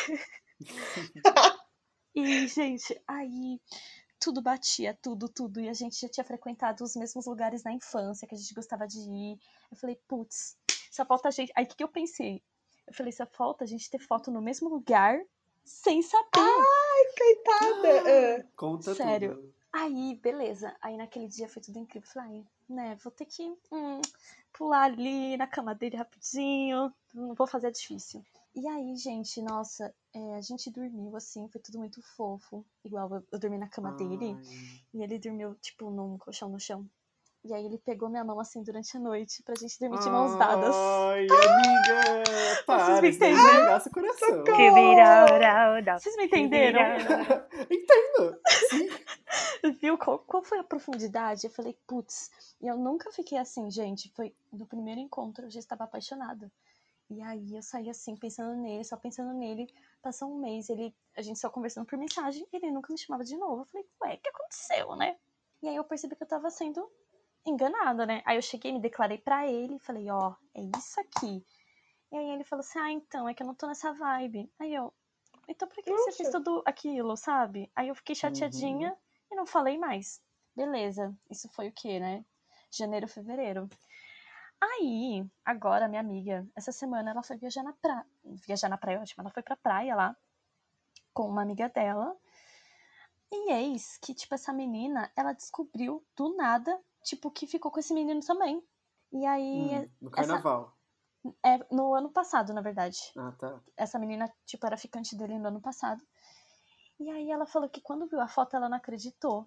E, gente, aí tudo batia, tudo, tudo. E a gente já tinha frequentado os mesmos lugares na infância que a gente gostava de ir. Eu falei, putz, só falta a gente. Aí o que, que eu pensei? Eu falei, só falta a gente ter foto no mesmo lugar sem saber. Ai, coitada. Ah. Conta Sério. tudo. Aí, beleza. Aí naquele dia foi tudo incrível. Eu falei, né, vou ter que hum, pular ali na cama dele rapidinho. Não vou fazer difícil. E aí, gente, nossa, é, a gente dormiu assim, foi tudo muito fofo. Igual eu, eu dormi na cama dele Ai. e ele dormiu, tipo, num colchão no chão. E aí ele pegou minha mão assim durante a noite pra gente dormir de mãos dadas. Ai, amiga! Para, me isso daí entendem? já regaça o coração. Que virará, Vocês me entenderam? Entendo, sim. Viu qual, qual foi a profundidade? Eu falei, putz, e eu nunca fiquei assim, gente. Foi no primeiro encontro, eu já estava apaixonada. E aí eu saí assim, pensando nele, só pensando nele. Passou um mês, ele, a gente só conversando por mensagem, e ele nunca me chamava de novo. Eu falei, ué, o que aconteceu, né? E aí eu percebi que eu tava sendo enganada, né? Aí eu cheguei, me declarei pra ele e falei, ó, é isso aqui. E aí ele falou assim, ah, então, é que eu não tô nessa vibe. Aí eu, então por que, que você fez Nossa. tudo aquilo, sabe? Aí eu fiquei chateadinha Uhum. e não falei mais. Beleza, isso foi o quê, né? janeiro, fevereiro. Aí, agora, minha amiga, essa semana ela foi viajar na praia. Viajar na praia, ótimo. Ela foi pra praia lá com uma amiga dela. E eis que, tipo, essa menina, ela descobriu do nada, tipo, que ficou com esse menino também. E aí... Hum, no carnaval. Essa, é, no ano passado, na verdade. Ah, tá. Essa menina, tipo, era ficante dele no ano passado. E aí ela falou que quando viu a foto, ela não acreditou.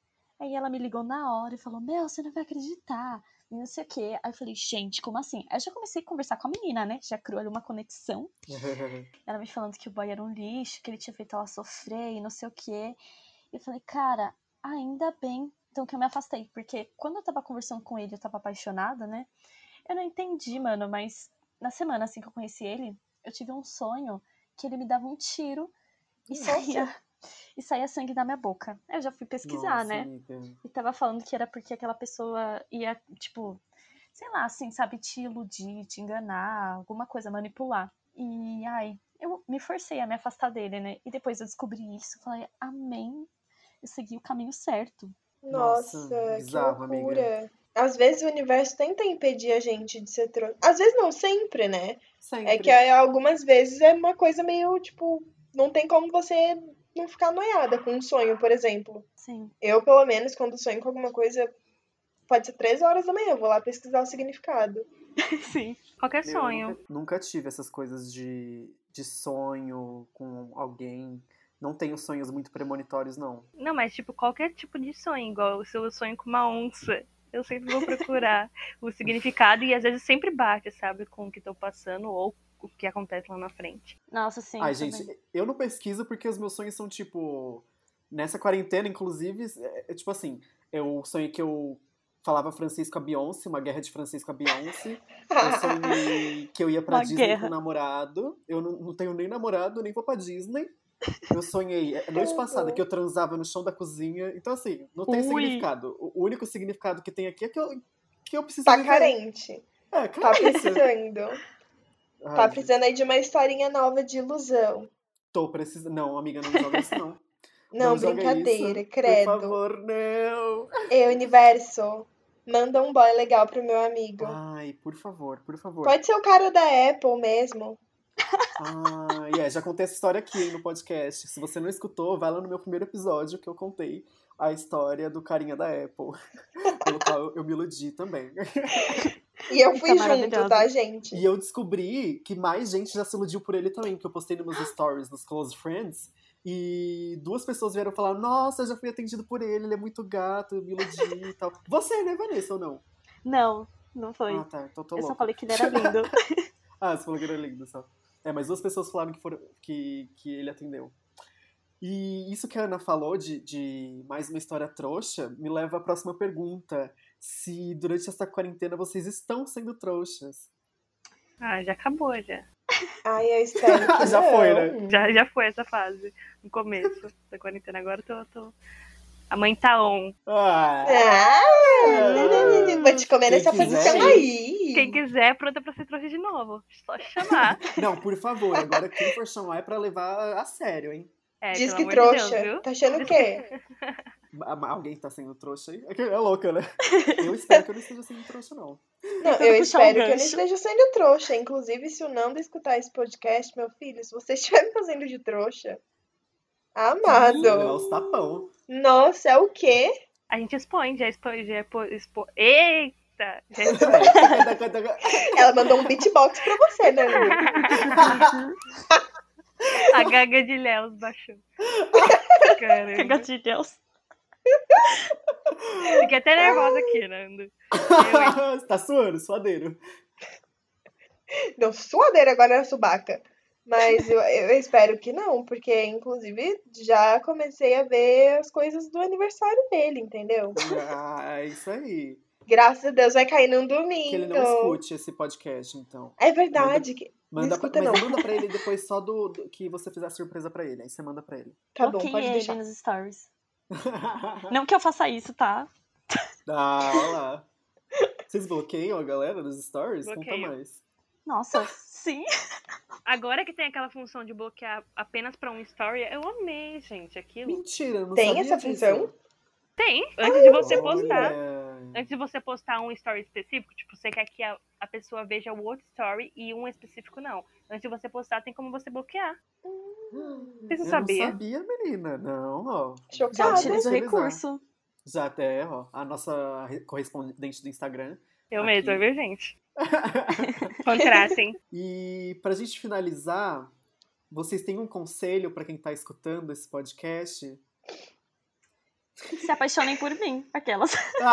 Aí ela me ligou na hora e falou, Mel, você não vai acreditar. E não sei o quê. Aí eu falei, gente, como assim? Aí eu já comecei a conversar com a menina, né? Já criou ali uma conexão. Ela me falando que o boy era um lixo, que ele tinha feito ela sofrer e não sei o quê. E eu falei, cara, ainda bem então que eu me afastei. Porque quando eu tava conversando com ele, eu tava apaixonada, né? Eu não entendi, mano, mas na semana assim que eu conheci ele, eu tive um sonho que ele me dava um tiro e saía, e saía sangue da minha boca. Eu já fui pesquisar, Nossa, né? amiga. E tava falando que era porque aquela pessoa ia, tipo, sei lá, assim, sabe, te iludir, te enganar, alguma coisa, manipular. E, ai, eu me forcei a me afastar dele, né? E depois eu descobri isso, falei, amém, eu segui o caminho certo. Nossa, Nossa, que bizarro, loucura. amiga. Às vezes o universo tenta impedir a gente de ser trouxa. Às vezes não, sempre, né? É que Sempre. aí, algumas vezes é uma coisa meio, tipo, não tem como você não ficar noiada com um sonho, por exemplo. Sim. Eu, pelo menos, quando sonho com alguma coisa, pode ser três horas da manhã, eu vou lá pesquisar o significado. Sim. Qualquer Meu, eu sonho. nunca, nunca tive essas coisas de, de sonho com alguém. Não tenho sonhos muito premonitórios, não. Não, mas tipo, qualquer tipo de sonho, igual o seu sonho com uma onça. Eu sempre vou procurar o significado e às vezes sempre bate, sabe, com o que tô passando ou o que acontece lá na frente. Nossa, sim. Ai, também. gente, eu não pesquiso porque os meus sonhos são, tipo... Nessa quarentena, inclusive, é, é tipo assim, eu sonhei que eu falava francês com a Beyoncé, uma guerra de francês com a Beyoncé. Eu sonhei que eu ia pra Uma Disney guerra. com um namorado. Eu não, não tenho nem namorado, nem vou pra Disney. Eu sonhei, a noite passada, que eu transava no chão da cozinha. Então, assim, não tem Ui. significado. O único significado que tem aqui é que eu, que eu preciso Tá viver. carente. É, Tá carência. precisando. Ai, Tá gente, precisando aí de uma historinha nova de ilusão. tô precisando. Não, amiga, não joga isso, não. Não, Não joga brincadeira, isso. credo. Por favor, não. Ei, universo, manda um boy legal pro meu amigo. Ai, por favor, por favor. Pode ser o cara da Apple mesmo. Ah, yeah, já contei essa história aqui hein, no podcast. Se você não escutou, vai lá no meu primeiro episódio que eu contei a história do carinha da Apple, pelo qual eu, eu me iludi também. E eu Tá fui junto, maravilhoso. tá, gente? E eu descobri que mais gente já se iludiu por ele também, que eu postei nos meus stories, nos Close Friends, e duas pessoas vieram falar, nossa, eu já fui atendido por ele, ele é muito gato, eu me iludi e tal. Você, né, Vanessa, ou não? Não, não foi. Ah, tá, então tô Eu só louco. falei que ele era lindo. Ah, você falou que era lindo só. É, mas duas pessoas falaram que, foram, que, que ele atendeu. E isso que a Ana falou de, de mais uma história trouxa me leva à próxima pergunta. Se durante essa quarentena vocês estão sendo trouxas? Ah, já acabou, já. Ai, eu espero que Já não. foi, né? Já, já foi essa fase, no começo da quarentena. Agora eu tô, tô... A mãe tá on. Ah, Ah, vou te comer Quem nessa quiser, posição hein? aí. Quem quiser, pronta pra ser trouxa de novo. Só chamar. não, por favor, agora quem for chamar é pra levar a sério, hein? É, Diz pelo que amor de trouxa. Deus, viu? Tá achando o quê? A- Alguém tá sendo trouxa aí? É que é louca, né? Eu espero que eu não esteja sendo trouxa, não. Não, Tentando eu puxar um espero que eu não gancho. esteja sendo trouxa. Inclusive, se o Nando escutar esse podcast, meu filho, se você estiver me fazendo de trouxa, Vai levar amado. os tapão. Nossa, é o quê? A gente expõe, já expõe, já expo... expo... Eita! Já É, expõe. Ela mandou um beatbox pra você, né, Lu? A gaga de Léus baixou. Caramba. Cagadilhos. Fiquei até nervosa aqui, Nando. tá suando, suadeiro. Deu suadeira agora na subaca. Mas eu, eu espero que não, porque, inclusive, já comecei a ver as coisas do aniversário dele, entendeu? Ah, é isso aí. Graças a Deus vai cair num domingo. Que ele não escute esse podcast, então. É verdade. Que... Manda não escuta, pra, mas não. manda pra ele depois só do, do que você fizer a surpresa pra ele. Aí você manda pra ele. Tá bom, Bloqueei pode ele deixar. nos stories. Não que eu faça isso, tá? Ah, olha lá. Vocês bloqueiam a galera nos stories? Conta Bloqueio. mais. Nossa, sim. Agora que tem aquela função de bloquear apenas pra um story, eu amei, gente, aquilo. Mentira, eu não Tem sabia essa disso. função? Tem, antes de você Olha, postar. Antes de você postar um story específico, tipo, você quer que a, a pessoa veja o outro story e um específico não. Antes de você postar, tem como você bloquear. Você Eu sabia? não sabia, menina. Não, ó. Já Chocada. utiliza o utilizar. recurso. Já até, ó, a nossa re- correspondente do Instagram. Eu aqui. mesma, viu, gente? Contratem. E pra gente finalizar, vocês têm um conselho pra quem tá escutando esse podcast? Se apaixonem por mim, aquelas.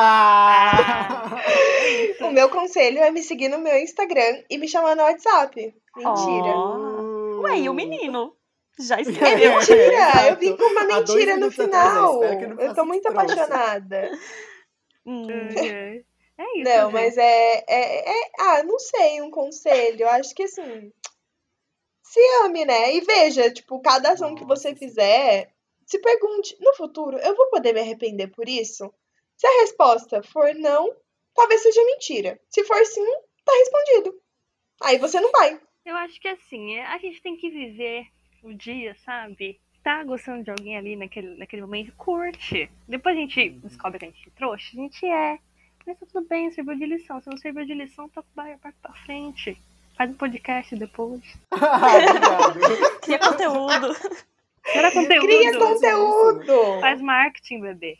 Ah! É isso. O meu conselho é me seguir no meu Instagram e me chamar no WhatsApp. Mentira. Ó. Ué, e o menino? Já É escreveu. mentira! Eu vim exato. com uma Há dois mentira no minutos atrás, é, final. espero que não Eu faça tô muito trouxa. apaixonada. Hum. É isso, Não, gente. mas é, é, é- Ah, não sei, um conselho. Eu acho que assim. Se ame, né? E veja, tipo, cada ação que você Nossa, sim. fizer, se pergunte, no futuro, eu vou poder me arrepender por isso? Se a resposta for não, talvez seja mentira. Se for sim, tá respondido. Aí você não vai. Eu acho que assim, é- a gente tem que viver o dia, sabe? Tá gostando de alguém ali naquele, naquele momento, curte. Depois a gente descobre que a gente é trouxa, a gente é. Mas tá tudo bem, serviu de lição. Se não serviu de lição, toca o barco pra frente. Faz um podcast depois. Obrigado. Cria conteúdo. Gera conteúdo. Cria conteúdo! Faz marketing, bebê.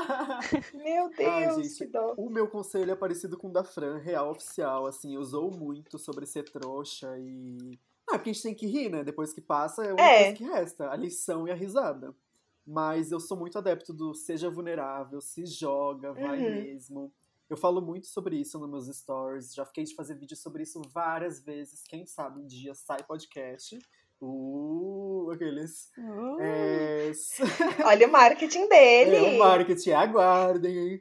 Meu Ai, Deus, gente, que dó. o meu conselho é parecido com o da Fran, real oficial, assim, usou muito sobre ser trouxa e... Ah, porque a gente tem que rir, né? Depois que passa, é a única É. coisa que resta, a lição e a risada. Mas eu sou muito adepto do seja vulnerável, se joga, vai Uhum. mesmo. Eu falo muito sobre isso nos meus stories, já fiquei de fazer vídeo sobre isso várias vezes, quem sabe um dia sai podcast. Uh, aqueles... Uh. É... Olha o marketing dele. É o marketing, aguardem, hein?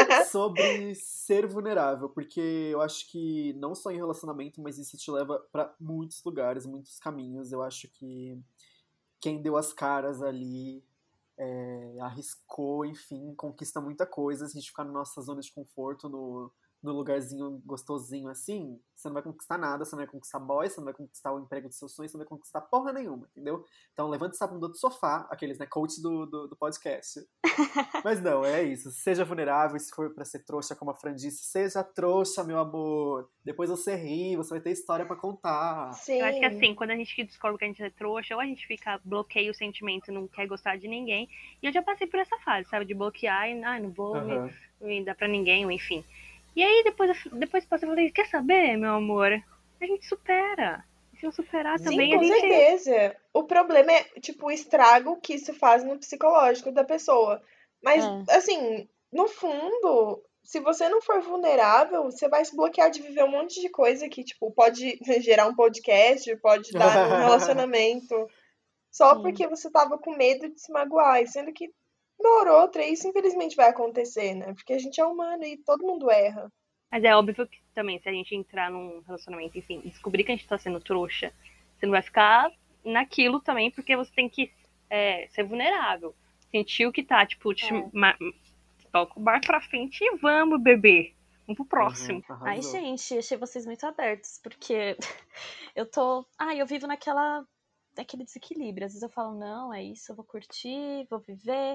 Sobre ser vulnerável, porque eu acho que não só em relacionamento, mas isso te leva pra muitos lugares, muitos caminhos. Eu acho que quem deu as caras ali, é, arriscou, enfim, conquista muita coisa. Se a gente ficar na nossa zona de conforto, no, no lugarzinho gostosinho assim, você não vai conquistar nada, você não vai conquistar boy, você não vai conquistar o emprego dos seus sonhos, você não vai conquistar porra nenhuma, entendeu? Então levante essa bunda do sofá, aqueles, né, coach do, do, do podcast. Mas não, é isso. Seja vulnerável, se for pra ser trouxa, como a Fran disse, seja trouxa, meu amor. Depois você ri, você vai ter história pra contar. Sim. Eu acho que assim, quando a gente descobre que a gente é trouxa, ou a gente fica, bloqueia o sentimento, não quer gostar de ninguém. E eu já passei por essa fase, sabe? De bloquear e, ah, não vou Aham. me, me dar pra ninguém, ou enfim. E aí, depois, depois que eu falei, quer saber, meu amor? A gente supera. Se eu superar Sim, também, a com gente... certeza. O problema é, tipo, o estrago que isso faz no psicológico da pessoa. Mas, É. assim, no fundo, se você não for vulnerável, você vai se bloquear de viver um monte de coisa que, tipo, pode gerar um podcast, pode dar num relacionamento, só Sim. porque você tava com medo de se magoar. E sendo que, uma hora ou outra, isso infelizmente vai acontecer, né? Porque a gente é humano e todo mundo erra. Mas é óbvio que também, se a gente entrar num relacionamento, enfim, descobrir que a gente tá sendo trouxa, você não vai ficar naquilo também, porque você tem que é, ser vulnerável. Sentir o que tá, tipo, te, É. ma- toca o bar pra frente e vamos, bebê. Vamos pro próximo. Uhum, Ai, arrasou. gente, achei vocês muito abertos, porque eu tô. Ai, eu vivo naquela. Naquele desequilíbrio. Às vezes eu falo, não, é isso, eu vou curtir, vou viver.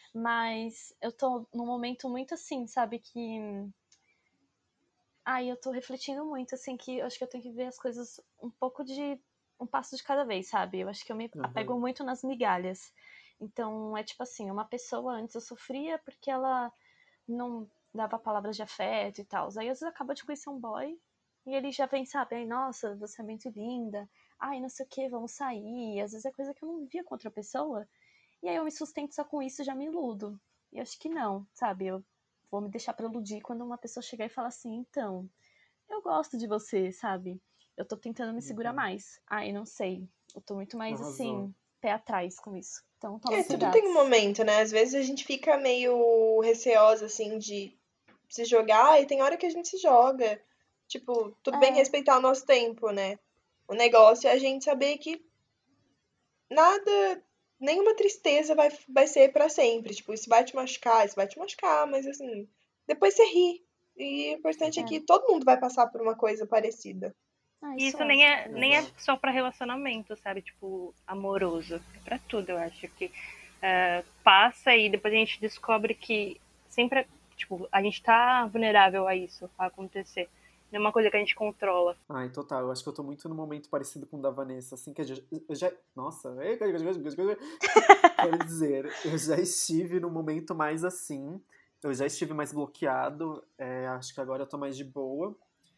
Mas eu tô num momento muito assim, sabe? Que. Ai, eu tô refletindo muito, assim, que eu acho que eu tenho que ver as coisas um pouco de. Um passo de cada vez, sabe? Eu acho que eu me Uhum. apego muito nas migalhas. Então, é tipo assim, uma pessoa antes eu sofria porque ela não dava palavras de afeto e tal. Aí às vezes acaba de conhecer um boy e ele já vem, sabe, ai, nossa, você é muito linda, ai, não sei o que, vamos sair. Às vezes é coisa que eu não via com outra pessoa. E aí eu me sustento só com isso e já me iludo. E acho que não, sabe? Eu vou me deixar pra iludir quando uma pessoa chegar e falar assim, então, eu gosto de você, sabe? Eu tô tentando me segurar Uhum. mais. Ai, não sei. Eu tô muito mais, Arrasou. assim, pé atrás com isso. Então, toma É, tudo cuidado. tem um momento, né? Às vezes a gente fica meio receosa, assim, de se jogar, e tem hora que a gente se joga. Tipo, tudo bem É. respeitar o nosso tempo, né? O negócio é a gente saber que nada, nenhuma tristeza vai, vai ser pra sempre. Tipo, isso vai te machucar, isso vai te machucar, mas assim, depois você ri. E o importante é, É. que todo mundo vai passar por uma coisa parecida. Ah, E isso isso é. nem é, nem é Exato. só pra relacionamento, sabe? Tipo, amoroso. É pra tudo, eu acho que é, passa e depois a gente descobre que sempre, Tipo, a gente tá vulnerável a isso, a acontecer. Não é uma coisa que a gente controla. Ai, total. Eu acho que eu tô muito num momento parecido com o da Vanessa. Assim, que eu já... Eu já nossa, quero dizer, eu já estive num momento mais assim. Eu já estive mais bloqueado. É, acho que agora eu tô mais de boa.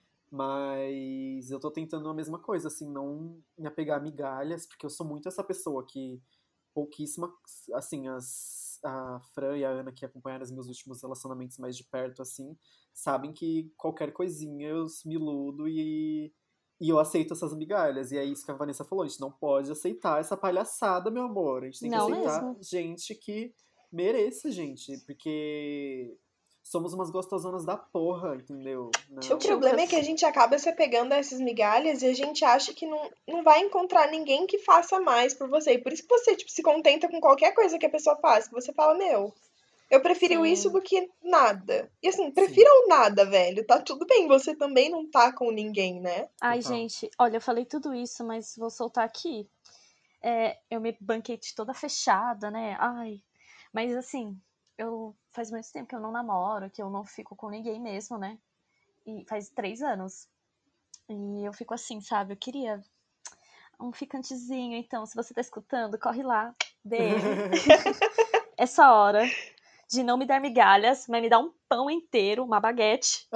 Mas eu tô tentando a mesma coisa, assim, não me apegar a migalhas, porque eu sou muito essa pessoa que pouquíssima, assim, as, a Fran e a Ana, que acompanharam os meus últimos relacionamentos mais de perto, assim, sabem que qualquer coisinha eu me iludo e, e eu aceito essas migalhas. E é isso que a Vanessa falou, a gente não pode aceitar essa palhaçada, meu amor. A gente tem que Não aceitar mesmo. gente que mereça, gente, porque somos umas gostosonas da porra, entendeu? O problema é que a gente acaba se apegando a essas migalhas e a gente acha que não, não vai encontrar ninguém que faça mais por você. E por isso que você, tipo, se contenta com qualquer coisa que a pessoa faz. Que você fala, meu, eu prefiro Sim. isso do que nada. E assim, prefira o nada, velho. Tá tudo bem, você também não tá com ninguém, né? Ai, Total. gente, olha, eu falei tudo isso, mas vou soltar aqui. É, eu me banquei de toda fechada, né? Ai, mas assim, eu faz muito tempo que eu não namoro, que eu não fico com ninguém mesmo, né? E faz três anos. E eu fico assim, sabe? Eu queria um ficantezinho, então, se você tá escutando, corre lá, D M. Essa hora de não me dar migalhas, mas me dar um pão inteiro, uma baguete.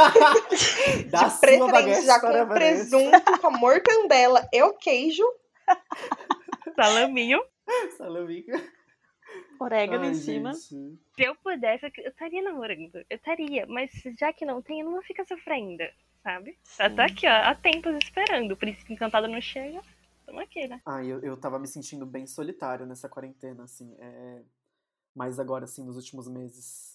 Dá De preferência, já para com presunto, com a mortandela e o queijo. Salaminho. Salaminho. Orégano Ai, em cima. gente. Se eu pudesse, eu estaria namorando. Eu estaria, mas já que não tem, eu não vou ficar sofrendo, sabe? Eu tô aqui, ó, há tempos esperando. O príncipe encantado não chega, tamo aqui, né? Ai, eu, eu tava me sentindo bem solitário nessa quarentena, assim. É... Mas agora, assim, nos últimos meses,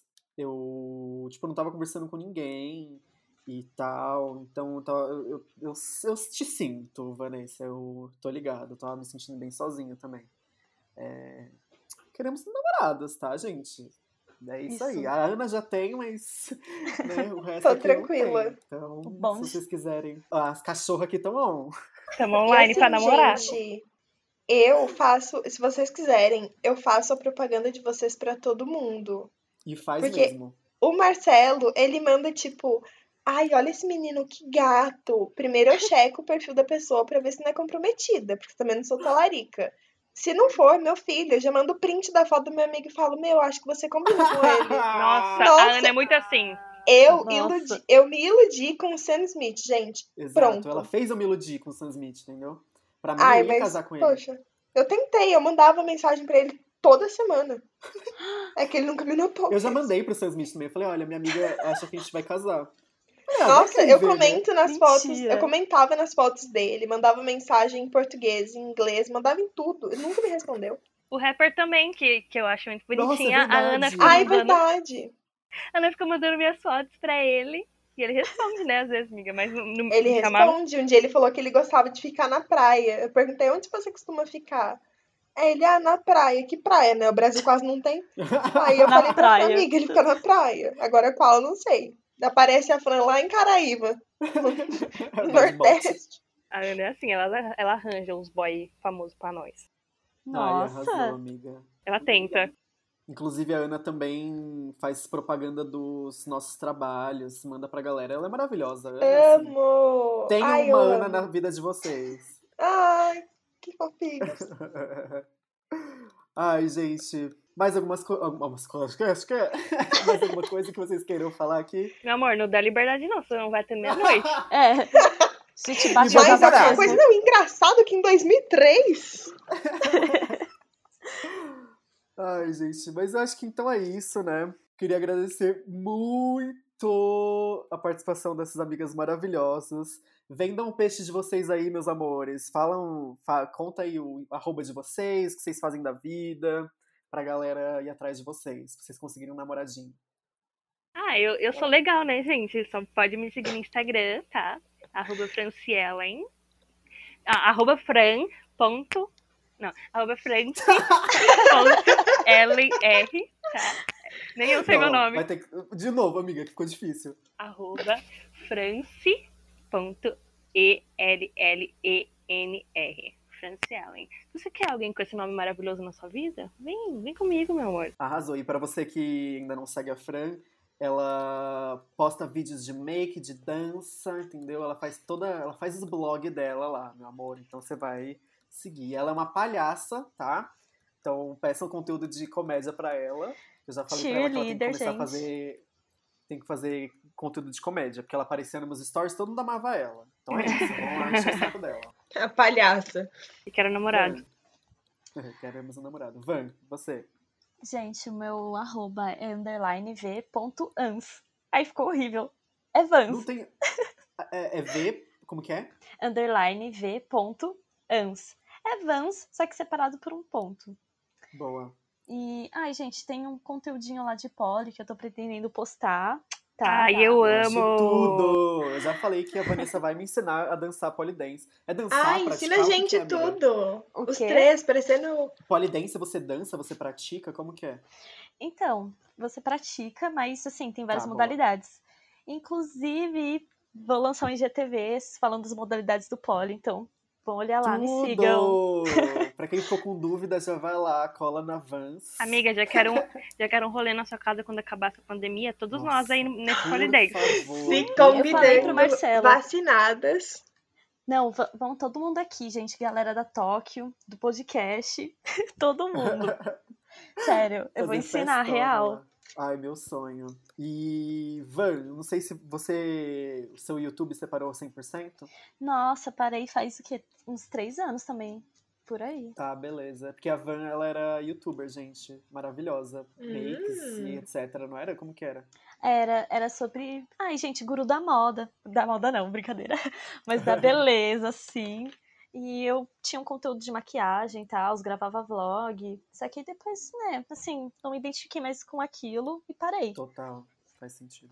eu, tipo, não tava conversando com ninguém e tal. Então, eu, tava, eu, eu, eu, eu te sinto, Vanessa. Eu tô ligado. Eu tava me sentindo bem sozinho também. É... Queremos ser namoradas, tá, gente? É isso, isso aí. A Ana já tem, mas né, o resto Tô aqui tranquila. não tem. Então, Bom, se vocês quiserem... Ah, as cachorras aqui estão on. Estamos online assim, pra namorar. Gente, eu faço... Se vocês quiserem, eu faço a propaganda de vocês pra todo mundo. E faz Porque mesmo. O Marcelo, ele manda tipo... Ai, olha esse menino, que gato. Primeiro eu checo o perfil da pessoa pra ver se não é comprometida. Porque também não sou talarica. Se não for, meu filho, eu já mando o print da foto do meu amigo e falo, meu, acho que você combina com ele. Nossa, Nossa, a Ana é muito assim. Eu, Nossa. iludi, eu me iludi com o Sam Smith, gente. Exato. Pronto. Ela fez eu me iludir com o Sam Smith, entendeu? Pra mim, Ai, eu ia mas, casar com poxa, ele. eu tentei, eu mandava mensagem pra ele toda semana. É que ele nunca me notou. Eu já mas- mandei pro Sam Smith também. Eu falei, olha, minha amiga acha que a gente vai casar. Falei, ah, vai Nossa, quem eu vê, né? comento nas Mentira. fotos, eu comentava nas fotos dele, mandava mensagem em português, em inglês, mandava em tudo. Ele nunca me respondeu. O rapper também, que, que eu acho muito Nossa, é bonitinha. A Ana verdade. fica Ah, é mandando. verdade. A Ana fica mandando minhas fotos pra ele. E ele responde, né, às vezes, amiga. Mas não, não Ele me chamava. responde. Um dia ele falou que ele gostava de ficar na praia. Eu perguntei, onde você costuma ficar? Aí ele, ah, na praia. Que praia, né? O Brasil quase não tem. Aí eu Na falei pra praia. sua amiga, ele fica na praia. Agora qual, eu não sei. Aparece a Fran lá em Caraíva, no Vai de bote. Nordeste. A Ana é assim, ela, ela arranja uns boy famosos pra nós. Ai, arrasou, Nossa. amiga. Ela tenta. Inclusive, a Ana também faz propaganda dos nossos trabalhos, manda pra galera. Ela é maravilhosa. Ela é assim. Amo! Tenham Ai, uma eu Ana amo. na vida de vocês. Ai, que fofinhos. Ai, gente. Mais algumas, co algumas coisas. Acho que é. Mais alguma coisa que vocês queiram falar aqui? Meu amor, não dá liberdade não, você não vai ter meia-noite. É. A gente bate E vou a Mas casar casa alguma mesmo. coisa não, engraçado que em dois mil e três... Ai, gente, mas eu acho que então é isso, né? Queria agradecer muito a participação dessas amigas maravilhosas. Vendam o peixe de vocês aí, meus amores. Falam, fa conta aí o arroba de vocês, o que vocês fazem da vida, pra galera ir atrás de vocês, pra vocês conseguirem um namoradinho. Ah, eu, eu sou legal, né, gente? Só pode me seguir no Instagram, tá? Arroba Francielen. Ah, arroba Fran. Ponto, não, arroba France. ponto L R, tá? Nem eu sei Não, meu nome. Vai ter que... De novo, amiga, que ficou difícil. Arroba France. Ponto E L L E N R. Francielen. Você quer alguém com esse nome maravilhoso na sua vida? Vem, vem comigo, meu amor. Arrasou. E pra você que ainda não segue a Fran, Ela posta vídeos de make, de dança, entendeu? Ela faz toda. Ela faz os blogs dela lá, meu amor. Então você vai seguir. Ela é uma palhaça, tá? Então peçam conteúdo de comédia pra ela. Eu já falei pra ela que ela tem que Cheerleader, começar a gente. fazer. Tem que fazer conteúdo de comédia, porque ela aparecia nos meus stories, todo mundo amava ela. Então é isso, vamos lá encher o saco dela. A palhaça. E que era namorado. Van. Queremos um namorado. Van, você. Gente, o meu arroba é underline v ponto ans. Aí ficou horrível. É Vans. Não tem. É, é V, como que é? Underline v ponto ans. É Vans, só que separado por um ponto. Boa. E, ai, gente, tem um conteúdinho lá de poli que eu tô pretendendo postar. Tá, Ai, tá. eu Eu acho amo! tudo! Eu já falei que a Vanessa vai me ensinar a dançar polidense. É dançar, Ai, praticar? ensina a O que gente que é, amiga? tudo. O Os quê? três, parecendo. Polidense, você dança, você pratica? Como que é? Então, você pratica, mas assim, tem várias Tá, boa. modalidades. Inclusive, vou lançar um I G T V falando das modalidades do poli, então vão olhar lá, me sigam. Tudo! Pra quem ficou com dúvida, já vai lá, cola na Vans. Amiga, já quero, um, já quero um rolê na sua casa quando acabar essa pandemia. Todos Nossa, nós aí nesse por Holiday. favor. Se por falei pro convidando Marcelo. vacinadas. Não, va- vão todo mundo aqui, gente, galera da Tóquio, do podcast, todo mundo. Sério, eu vou Fazer ensinar a festona real. lá. Ai, meu sonho. E, Van, não sei se você. O seu YouTube separou cem por cento? Nossa, parei faz o quê? Uns três anos também, por aí. Tá, beleza. Porque a Van, ela era youtuber, gente. Maravilhosa. Makes Hum. e etcétera. Não era? Como que era? Era, era sobre. Ai, gente, guru da moda. Da moda não, brincadeira. Mas da beleza, assim. E eu tinha um conteúdo de maquiagem e tal, gravava vlog. Só que depois, né, assim, não me identifiquei mais com aquilo e parei. Total. Faz sentido.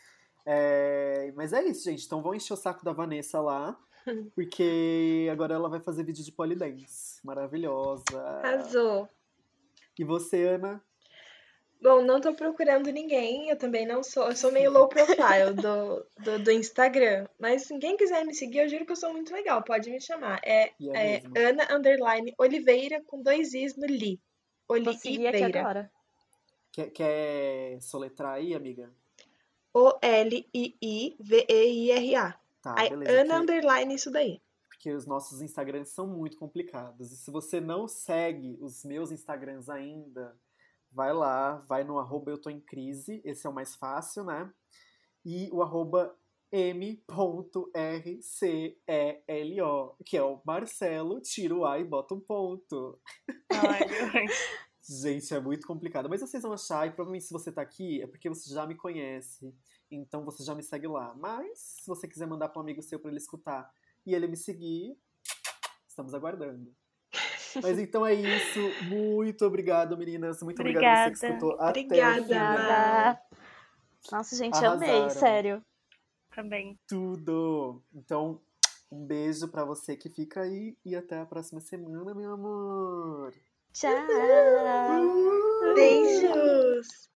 É, mas é isso, gente. Então vão encher o saco da Vanessa lá. Porque agora ela vai fazer vídeo de polidense. Maravilhosa. Arrasou. E você, Ana? Bom, não tô procurando ninguém, eu também não sou, eu sou meio low profile do, do, do Instagram, mas se quem quiser me seguir, eu juro que eu sou muito legal, pode me chamar. É, E é é mesmo. Ana Underline Oliveira com dois Is no Li. Vou seguir aqui Oliveira. agora. Quer, quer soletrar aí, amiga? O L I I V E I R A. Tá, Aí, beleza. Ana Porque, Underline isso daí. porque os nossos Instagrams são muito complicados. E se você não segue os meus Instagrams ainda, vai lá, vai no arroba eu tô em crise, esse é o mais fácil, né? E o arroba m.rcelo, que é o Marcelo, tira o A e bota um ponto. Ai, Gente, é muito complicado. Mas vocês vão achar, e provavelmente se você tá aqui, é porque você já me conhece. Então você já me segue lá. Mas, se você quiser mandar pra um amigo seu pra ele escutar e ele me seguir, estamos aguardando. Mas então é isso. Muito obrigado, meninas. Muito obrigado a você que Obrigada. escutou até Obrigada. o final. Obrigada. Nossa, gente, Arrasaram. amei, sério. Também. Tudo. Então, um beijo pra você que fica aí e até a próxima semana, meu amor. Tchau. Beijos!